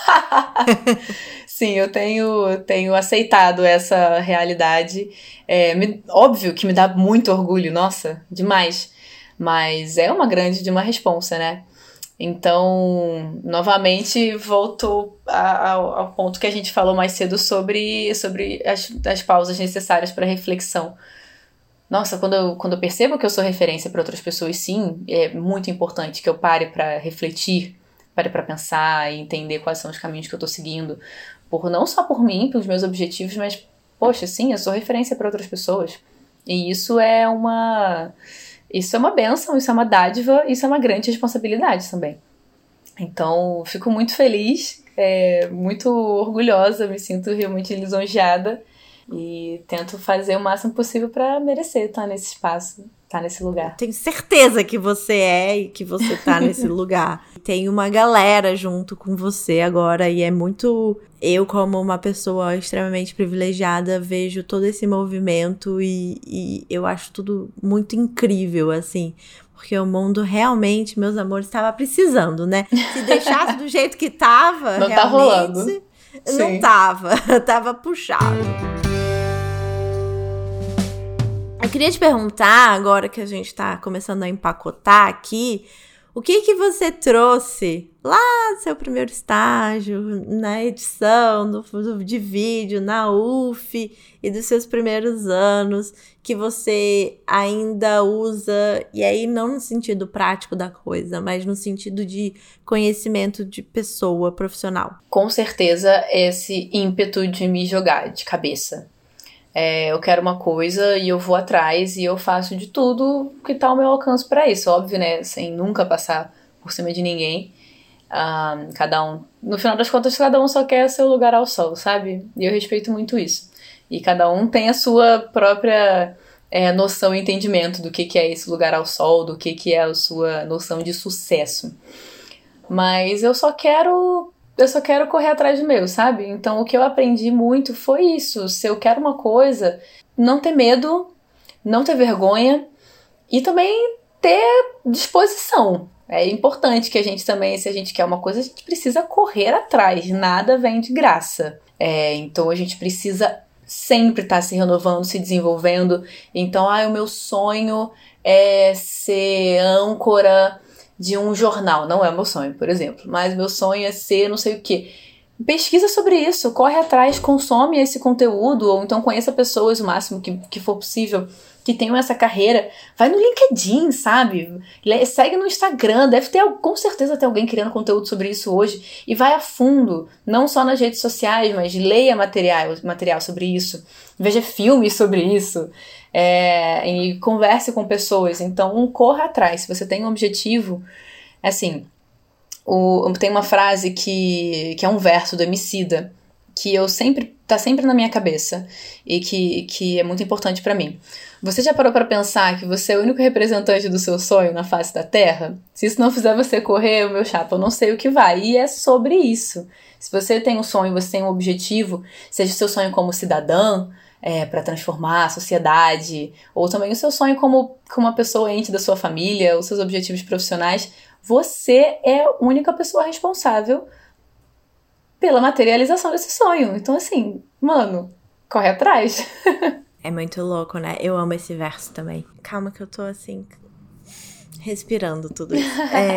Sim, eu tenho aceitado essa realidade. Óbvio que me dá muito orgulho, nossa, demais. Mas é uma grande de uma responsa, né? Então, novamente, volto ao ponto que a gente falou mais cedo sobre as pausas necessárias para reflexão. Nossa, quando eu percebo que eu sou referência para outras pessoas, sim, é muito importante que eu pare para refletir, pare para pensar e entender quais são os caminhos que eu estou seguindo, não só por mim, pelos meus objetivos, mas, poxa, sim, eu sou referência para outras pessoas. E isso é uma bênção, isso é uma dádiva, isso é uma grande responsabilidade também. Então, fico muito feliz, muito orgulhosa, me sinto realmente lisonjeada e tento fazer o máximo possível para merecer estar nesse espaço, estar nesse lugar. Tenho certeza que você e que você tá nesse lugar. Tem uma galera junto com você agora e é muito... Eu, como uma pessoa extremamente privilegiada, vejo todo esse movimento e eu acho tudo muito incrível, assim. Porque o mundo realmente, meus amores, estava precisando, né? Se deixasse do jeito que tava, não realmente... tá rolando. Não Sim. tava puxado. Eu queria te perguntar, agora que a gente tá começando a empacotar aqui, o que você trouxe lá do seu primeiro estágio, na edição de vídeo, na UF e dos seus primeiros anos, que você ainda usa, e aí não no sentido prático da coisa, mas no sentido de conhecimento de pessoa profissional? Com certeza, esse ímpeto de me jogar de cabeça. Eu quero uma coisa e eu vou atrás e eu faço de tudo que tá ao meu alcance para isso, óbvio, né? Sem nunca passar por cima de ninguém. No final das contas, cada um só quer seu lugar ao sol, sabe? E eu respeito muito isso. E cada um tem a sua própria noção e entendimento do que é esse lugar ao sol, do que é a sua noção de sucesso. Mas eu só quero correr atrás do meu, sabe? Então, o que eu aprendi muito foi isso. Se eu quero uma coisa, não ter medo, não ter vergonha e também ter disposição. É importante que a gente também, se a gente quer uma coisa, a gente precisa correr atrás. Nada vem de graça. Então, a gente precisa sempre estar se renovando, se desenvolvendo. Então, o meu sonho é ser âncora de um jornal. Não é o meu sonho, por exemplo. Mas meu sonho é ser não sei o quê. Pesquisa sobre isso, corre atrás, consome esse conteúdo, ou então conheça pessoas o máximo que for possível, que tenham essa carreira. Vai no LinkedIn, sabe? Segue no Instagram, deve ter, com certeza ter alguém criando conteúdo sobre isso hoje. E vai a fundo, não só nas redes sociais, mas leia material sobre isso. Veja filmes sobre isso. E converse com pessoas. Então, corra atrás. Se você tem um objetivo, assim, tem uma frase que é um verso do Emicida, que tá sempre na minha cabeça e que é muito importante pra mim. Você já parou pra pensar que você é o único representante do seu sonho na face da Terra? Se isso não fizer você correr, meu chapa, eu não sei o que vai. E é sobre isso. Se você tem um sonho, você tem um objetivo, seja o seu sonho como cidadã, para transformar a sociedade, ou também o seu sonho como uma pessoa ente da sua família, os seus objetivos profissionais, você é a única pessoa responsável pela materialização desse sonho. Então, assim, mano, corre atrás. É muito louco, né? Eu amo esse verso também. Calma que eu tô, assim, respirando tudo isso.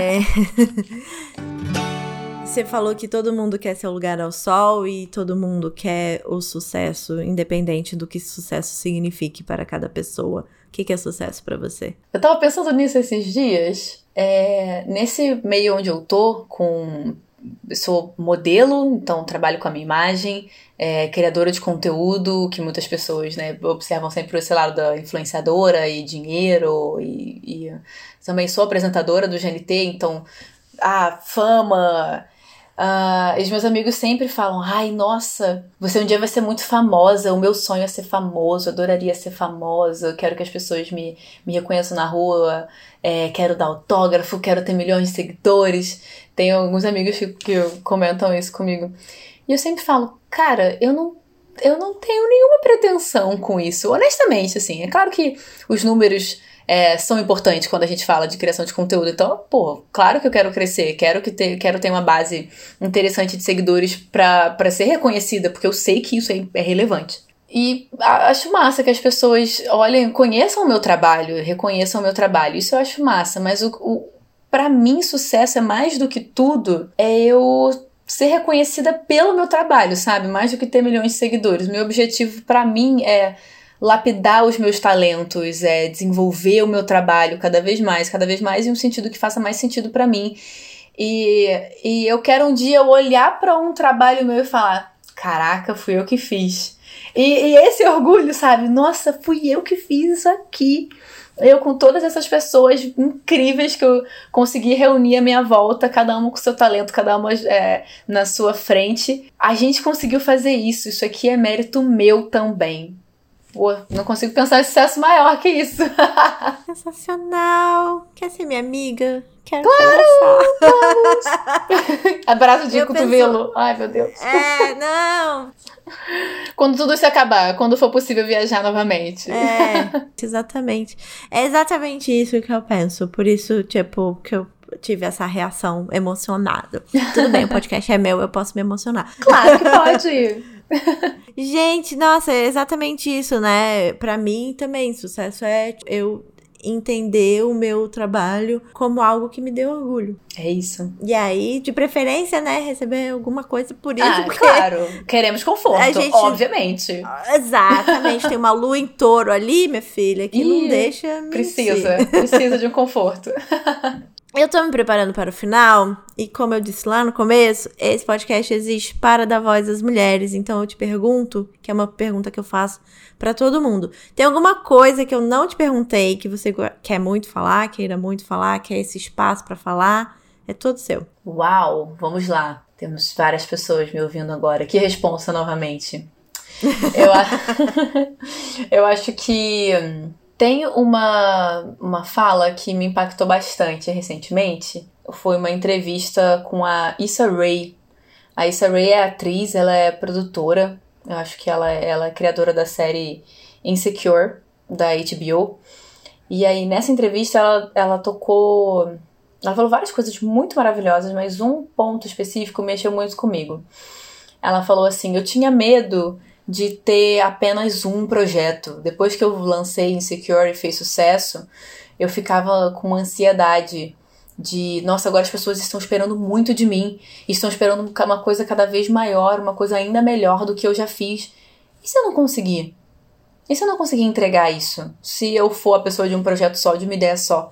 Você falou que todo mundo quer seu lugar ao sol e todo mundo quer o sucesso, independente do que sucesso signifique para cada pessoa. O que é sucesso pra você? Eu tava pensando nisso esses dias. Nesse meio onde eu tô, sou modelo, então trabalho com a minha imagem, criadora de conteúdo, que muitas pessoas, né, observam sempre esse lado da influenciadora e dinheiro, e também sou apresentadora do GNT, então a fama, Os meus amigos sempre falam, ai, nossa, você um dia vai ser muito famosa, o meu sonho é ser famoso, eu adoraria ser famosa, eu quero que as pessoas me reconheçam na rua, quero dar autógrafo, quero ter milhões de seguidores. Tem alguns amigos que comentam isso comigo. E eu sempre falo, cara, eu não tenho nenhuma pretensão com isso. Honestamente, assim, é claro que os números são importantes quando a gente fala de criação de conteúdo. Então, claro que eu quero crescer, quero ter uma base interessante de seguidores pra ser reconhecida, porque eu sei que isso é relevante. E acho massa que as pessoas olhem, conheçam o meu trabalho, reconheçam o meu trabalho. Isso eu acho massa, mas pra mim, sucesso é mais do que tudo, eu ser reconhecida pelo meu trabalho, sabe? Mais do que ter milhões de seguidores. Meu objetivo, pra mim, é lapidar os meus talentos, desenvolver o meu trabalho cada vez mais em um sentido que faça mais sentido pra mim. E eu quero um dia olhar pra um trabalho meu e falar, caraca, fui eu que fiz. E esse orgulho, sabe? Nossa, fui eu que fiz isso aqui. Eu com todas essas pessoas incríveis que eu consegui reunir à minha volta, cada uma com seu talento, cada uma na sua frente. A gente conseguiu fazer isso. Isso aqui é mérito meu também. Pô, não consigo pensar em sucesso maior que isso. Sensacional. Quer ser minha amiga? Quero te abraçar. Abraço de cotovelo. Ai, meu Deus. Não. Quando tudo se acabar, quando for possível viajar novamente. Exatamente. É exatamente isso que eu penso. Por isso, tipo, que eu tive essa reação emocionada. Tudo bem, o podcast é meu, eu posso me emocionar. Claro que pode. Gente, nossa, é exatamente isso, né? Pra mim também, sucesso é eu entender o meu trabalho como algo que me dê orgulho. É isso. E aí, de preferência, né, receber alguma coisa por isso. Porque claro. Queremos conforto, obviamente. Exatamente. Tem uma lua em touro ali, minha filha, que não deixa mentir. Precisa de um conforto. Eu tô me preparando para o final, e como eu disse lá no começo, esse podcast existe para dar voz às mulheres, então eu te pergunto, que é uma pergunta que eu faço para todo mundo. Tem alguma coisa que eu não te perguntei, que você queira muito falar, quer esse espaço para falar? É todo seu. Uau, vamos lá. Temos várias pessoas me ouvindo agora. Que responsa novamente. Eu acho que tem uma fala que me impactou bastante recentemente. Foi uma entrevista com a Issa Rae. A Issa Rae é atriz, ela é produtora. Eu acho que ela é criadora da série Insecure, da HBO. E aí, nessa entrevista, ela tocou... Ela falou várias coisas muito maravilhosas, mas um ponto específico mexeu muito comigo. Ela falou assim, eu tinha medo de ter apenas um projeto. Depois que eu lancei Insecure e fez sucesso, eu ficava com ansiedade de, nossa, agora as pessoas estão esperando muito de mim, estão esperando uma coisa cada vez maior, uma coisa ainda melhor do que eu já fiz. E se eu não conseguir? E se eu não conseguir entregar isso? Se eu for a pessoa de um projeto só, de uma ideia só?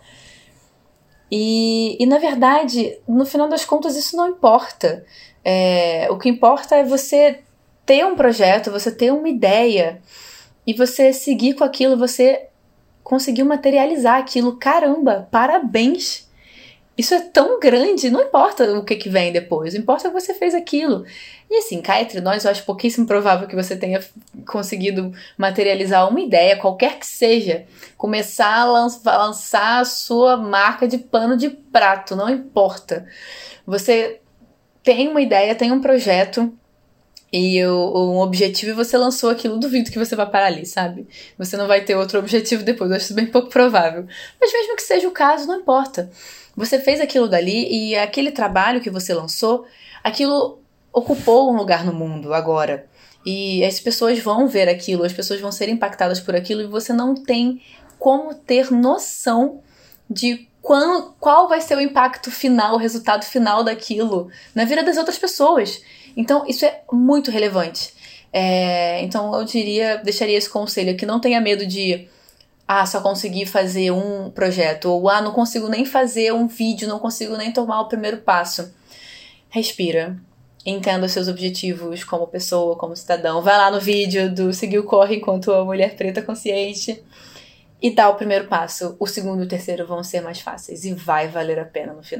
E na verdade, no final das contas, isso não importa. O que importa é você ter um projeto, você ter uma ideia e você seguir com aquilo, você conseguiu materializar aquilo. Caramba, parabéns! Isso é tão grande, não importa o que vem depois, importa que você fez aquilo. E assim, cá entre nós, eu acho pouquíssimo provável que você tenha conseguido materializar uma ideia, qualquer que seja. Começar a lançar a sua marca de pano de prato, não importa. Você tem uma ideia, tem um projeto e um objetivo e você lançou aquilo, duvido que você vá parar ali, sabe? Você não vai ter outro objetivo depois, eu acho isso bem pouco provável. Mas mesmo que seja o caso, não importa. Você fez aquilo dali e aquele trabalho que você lançou, aquilo ocupou um lugar no mundo agora. E as pessoas vão ver aquilo, as pessoas vão ser impactadas por aquilo e você não tem como ter noção de qual vai ser o impacto final, o resultado final daquilo na vida das outras pessoas. Então, isso é muito relevante. Então, eu deixaria esse conselho, que não tenha medo de só consegui fazer um projeto, ou não consigo nem fazer um vídeo, não consigo nem tomar o primeiro passo. Respira. Entenda os seus objetivos como pessoa, como cidadão. Vai lá no vídeo do Seguir o Corre enquanto a mulher preta consciente e dá o primeiro passo. O segundo e o terceiro vão ser mais fáceis e vai valer a pena no final.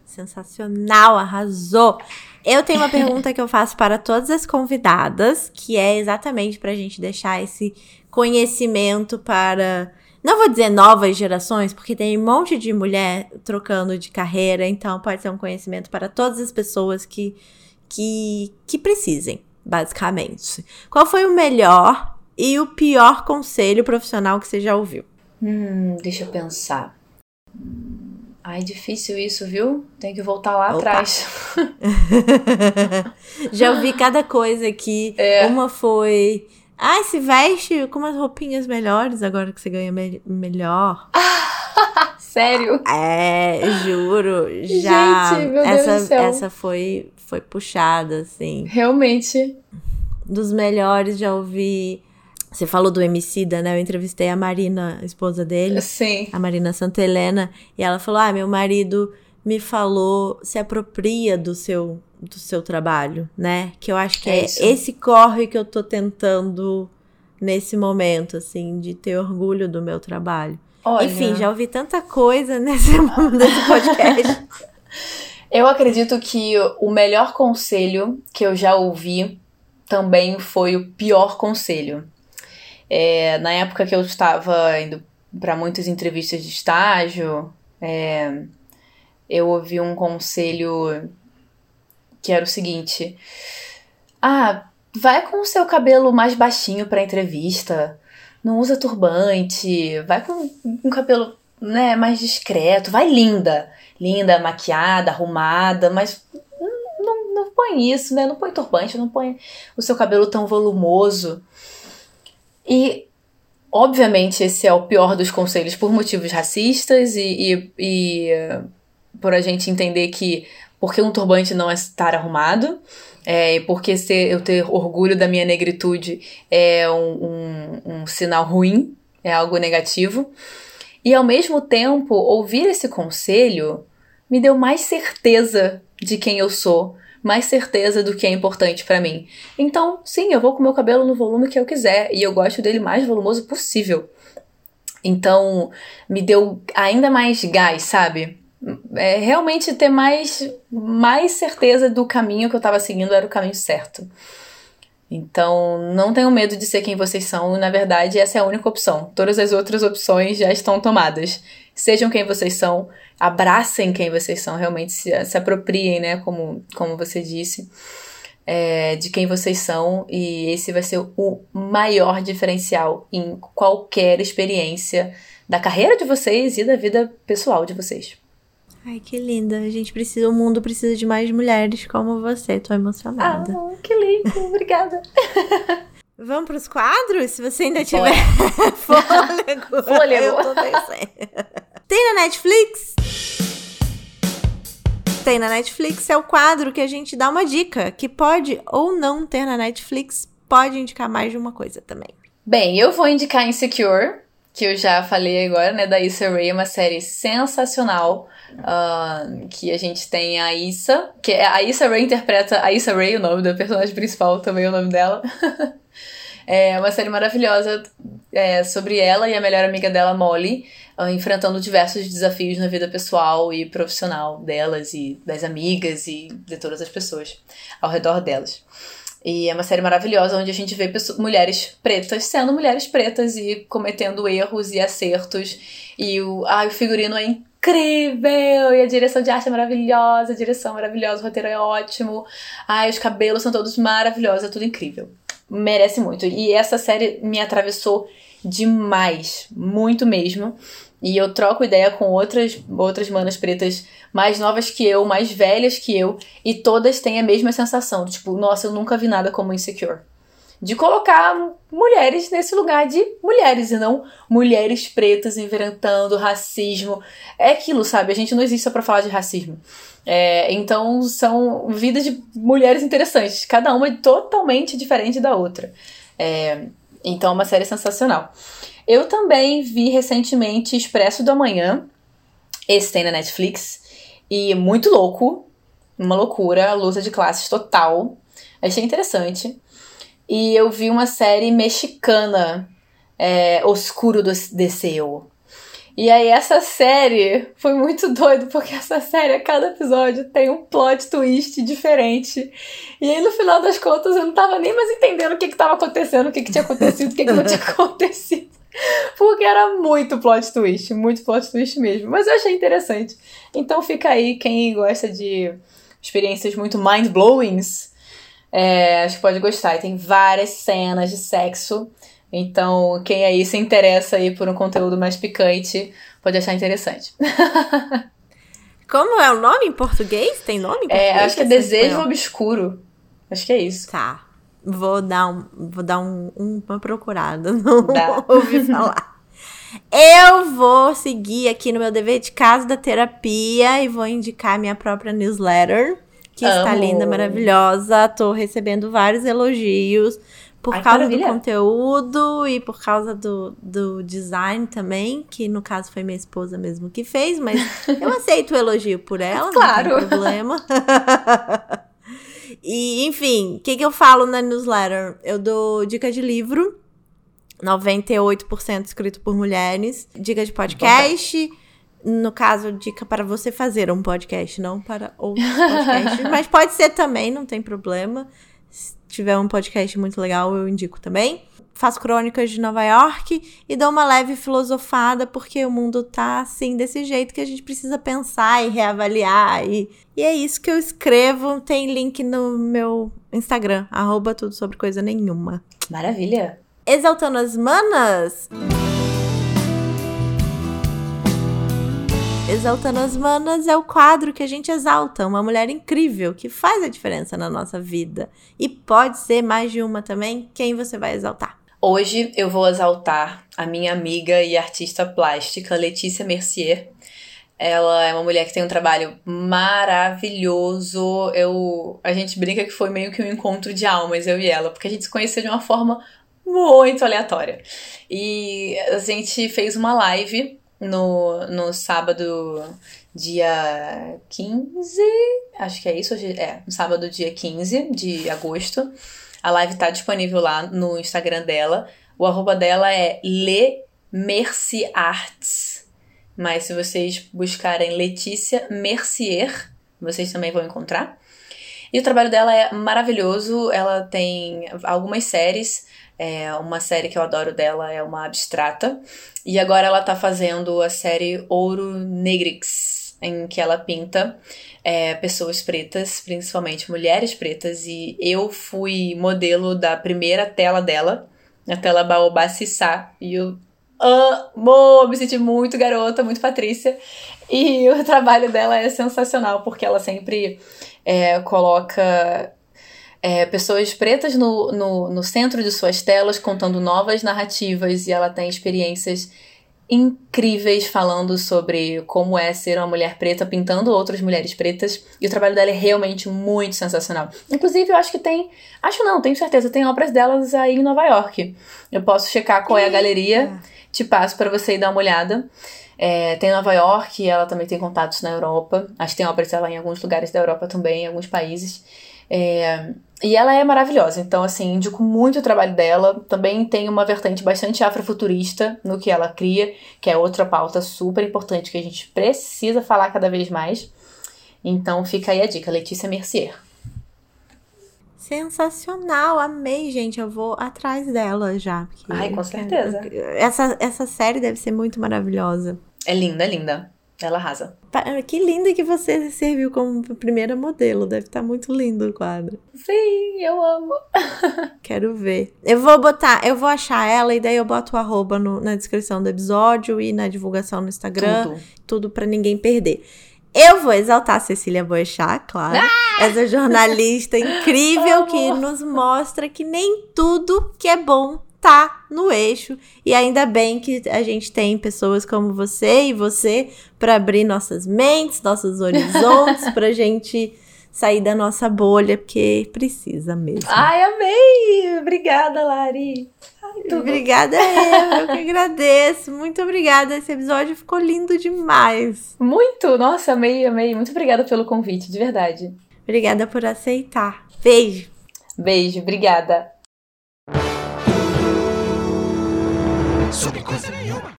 Sensacional, arrasou! Eu tenho uma pergunta que eu faço para todas as convidadas, que é exatamente pra gente deixar esse conhecimento para, não vou dizer novas gerações, porque tem um monte de mulher trocando de carreira, então pode ser um conhecimento para todas as pessoas que precisem, basicamente. Qual foi o melhor e o pior conselho profissional que você já ouviu? Deixa eu pensar. Ai, difícil isso, viu? Tem que voltar lá atrás. Já ouvi cada coisa aqui. Uma foi... Ai, se veste com umas roupinhas melhores agora que você ganha melhor. Sério? Juro. Já. Gente, meu Deus do céu. Essa foi puxada, assim. Realmente. Dos melhores, já ouvi... Você falou do Emicida, né? Eu entrevistei a Marina, a esposa dele. Sim. A Marina Santelena. E ela falou, meu marido me falou, se apropria do seu trabalho, né? Que eu acho que é esse corre que eu tô tentando nesse momento, assim, de ter orgulho do meu trabalho. Olha. Enfim, já ouvi tanta coisa nesse podcast. Eu acredito que o melhor conselho que eu já ouvi também foi o pior conselho. Na época que eu estava indo para muitas entrevistas de estágio, eu ouvi um conselho que era o seguinte: vai com o seu cabelo mais baixinho para entrevista, não usa turbante, vai com um cabelo, né, mais discreto, vai linda, maquiada, arrumada, mas não põe isso, né? Não põe turbante, não põe o seu cabelo tão volumoso. E, obviamente, esse é o pior dos conselhos por motivos racistas e por a gente entender que porque um turbante não é estar arrumado, porque eu ter orgulho da minha negritude é um sinal ruim, é algo negativo. E, ao mesmo tempo, ouvir esse conselho me deu mais certeza de quem eu sou, mais certeza do que é importante pra mim. Então, sim, eu vou com o meu cabelo no volume que eu quiser, e eu gosto dele mais volumoso possível. Então, me deu ainda mais gás, sabe? Realmente ter mais certeza do caminho que eu tava seguindo era o caminho certo. Então, não tenham medo de ser quem vocês são, na verdade, essa é a única opção. Todas as outras opções já estão tomadas. Sejam quem vocês são, abracem quem vocês são, realmente se apropriem, né, como você disse, de quem vocês são, e esse vai ser o maior diferencial em qualquer experiência da carreira de vocês e da vida pessoal de vocês. Ai, que linda. O mundo precisa de mais mulheres como você. Tô emocionada. Que lindo. Obrigada. Vamos pros quadros? Se você ainda tiver fôlego. Eu tô descendo. Tem na Netflix? Tem na Netflix. É o quadro que a gente dá uma dica. Que pode ou não ter na Netflix. Pode indicar mais de uma coisa também. Bem, eu vou indicar Insecure, que eu já falei agora, né, da Issa Rae, uma série sensacional, que a gente tem a Issa, que a Issa Rae interpreta a Issa Rae, o nome da personagem principal, também é o nome dela. É uma série maravilhosa sobre ela e a melhor amiga dela, Molly, enfrentando diversos desafios na vida pessoal e profissional delas e das amigas e de todas as pessoas ao redor delas. E é uma série maravilhosa onde a gente vê mulheres pretas sendo mulheres pretas e cometendo erros e acertos. E o figurino é incrível! E a direção de arte é maravilhosa, o roteiro é ótimo. Os cabelos são todos maravilhosos, é tudo incrível. Merece muito. E essa série me atravessou demais, muito mesmo. E eu troco ideia com outras manas pretas mais novas que eu, mais velhas que eu, e todas têm a mesma sensação, tipo, nossa, eu nunca vi nada como Insecure. De colocar mulheres nesse lugar de mulheres, e não mulheres pretas enfrentando racismo. É aquilo, sabe? A gente não existe só pra falar de racismo. Então, são vidas de mulheres interessantes, cada uma totalmente diferente da outra. Então, é uma série sensacional. Eu também vi recentemente Expresso do Amanhã. Esse tem na Netflix. E muito louco. Uma loucura. Luta de classes total. Achei interessante. E eu vi uma série mexicana. Oscuro Deseo. E aí essa série foi muito doido, porque essa série, a cada episódio, tem um plot twist diferente. E aí no final das contas eu não tava nem mais entendendo o que tava acontecendo, o que tinha acontecido, o que não tinha acontecido. Porque era muito plot twist mesmo. Mas eu achei interessante. Então fica aí, quem gosta de experiências muito mind-blowings, acho que pode gostar. E tem várias cenas de sexo. Então, quem aí se interessa aí por um conteúdo mais picante, pode achar interessante. Como é o nome em português? Tem nome em português? Acho que é Desejo Obscuro. Acho que é isso. Tá. Vou dar uma procurada. Não ouvi falar. Eu vou seguir aqui no meu dever de casa da terapia e vou indicar minha própria newsletter, que está linda, maravilhosa. Tô recebendo vários elogios. Por causa do conteúdo e por causa do design também, que no caso foi minha esposa mesmo que fez, mas eu aceito o elogio por ela, claro. Não tem problema. E, enfim, o que eu falo na newsletter? Eu dou dica de livro, 98% escrito por mulheres, dica de podcast, no caso, dica para você fazer um podcast, não para outros podcasts, mas pode ser também, não tem problema. Se tiver um podcast muito legal, eu indico também. Faço crônicas de Nova York e dou uma leve filosofada, porque o mundo tá assim, desse jeito que a gente precisa pensar e reavaliar. E é isso que eu escrevo. Tem link no meu Instagram, @tudosobrecoisanenhuma. Maravilha! Exaltando as manas... Exaltando as Manas é o quadro que a gente exalta uma mulher incrível que faz a diferença na nossa vida. E pode ser mais de uma também. Quem você vai exaltar? Hoje eu vou exaltar a minha amiga e artista plástica, Letícia Mercier. Ela é uma mulher que tem um trabalho maravilhoso. A gente brinca que foi meio que um encontro de almas, eu e ela, porque a gente se conheceu de uma forma muito aleatória. E a gente fez uma live no sábado, dia 15, acho que é isso, no sábado, dia 15 de agosto. A live tá disponível lá no Instagram dela. O @ dela é lemerciarts. Mas se vocês buscarem Letícia Mercier, vocês também vão encontrar. E o trabalho dela é maravilhoso. Ela tem algumas séries. Uma série que eu adoro dela é uma abstrata. E agora ela tá fazendo a série Ouro Negrix, em que ela pinta pessoas pretas, principalmente mulheres pretas. E eu fui modelo da primeira tela dela, a tela Baobá Sissá. E eu amo, me senti muito garota, muito Patrícia. E o trabalho dela é sensacional, porque ela sempre coloca pessoas pretas no centro de suas telas, contando novas narrativas, e ela tem experiências incríveis falando sobre como é ser uma mulher preta, pintando outras mulheres pretas, e o trabalho dela é realmente muito sensacional. Inclusive, eu acho que tenho certeza, tem obras delas aí em Nova York. Eu posso checar qual é a galeria, te passo para você ir dar uma olhada. Tem Nova York, e ela também tem contatos na Europa, acho que tem obras dela em alguns lugares da Europa também, em alguns países. E ela é maravilhosa, então assim, indico muito o trabalho dela. Também tem uma vertente bastante afrofuturista no que ela cria, que é outra pauta super importante que a gente precisa falar cada vez mais. Então fica aí a dica, Letícia Mercier. Sensacional, amei, gente, eu vou atrás dela já. Ai, com certeza. Essa série deve ser muito maravilhosa. É linda, é linda. Ela arrasa. Que linda que você serviu como primeira modelo. Deve estar muito lindo o quadro. Sim, eu amo. Quero ver. Eu vou achar ela e daí eu boto o @ na descrição do episódio e na divulgação no Instagram. Tudo pra ninguém perder. Eu vou exaltar a Cecília Boechat, claro. Essa jornalista incrível que nos mostra que nem tudo que é bom tá no eixo, e ainda bem que a gente tem pessoas como você e você para abrir nossas mentes, nossos horizontes, pra gente sair da nossa bolha, porque precisa mesmo. Ai, amei! Obrigada, Lari! Obrigada eu que agradeço. Muito obrigada, esse episódio ficou lindo demais. Muito! Nossa, amei, amei. Muito obrigada pelo convite, de verdade. Obrigada por aceitar. Beijo! Beijo, obrigada! Sobre coisa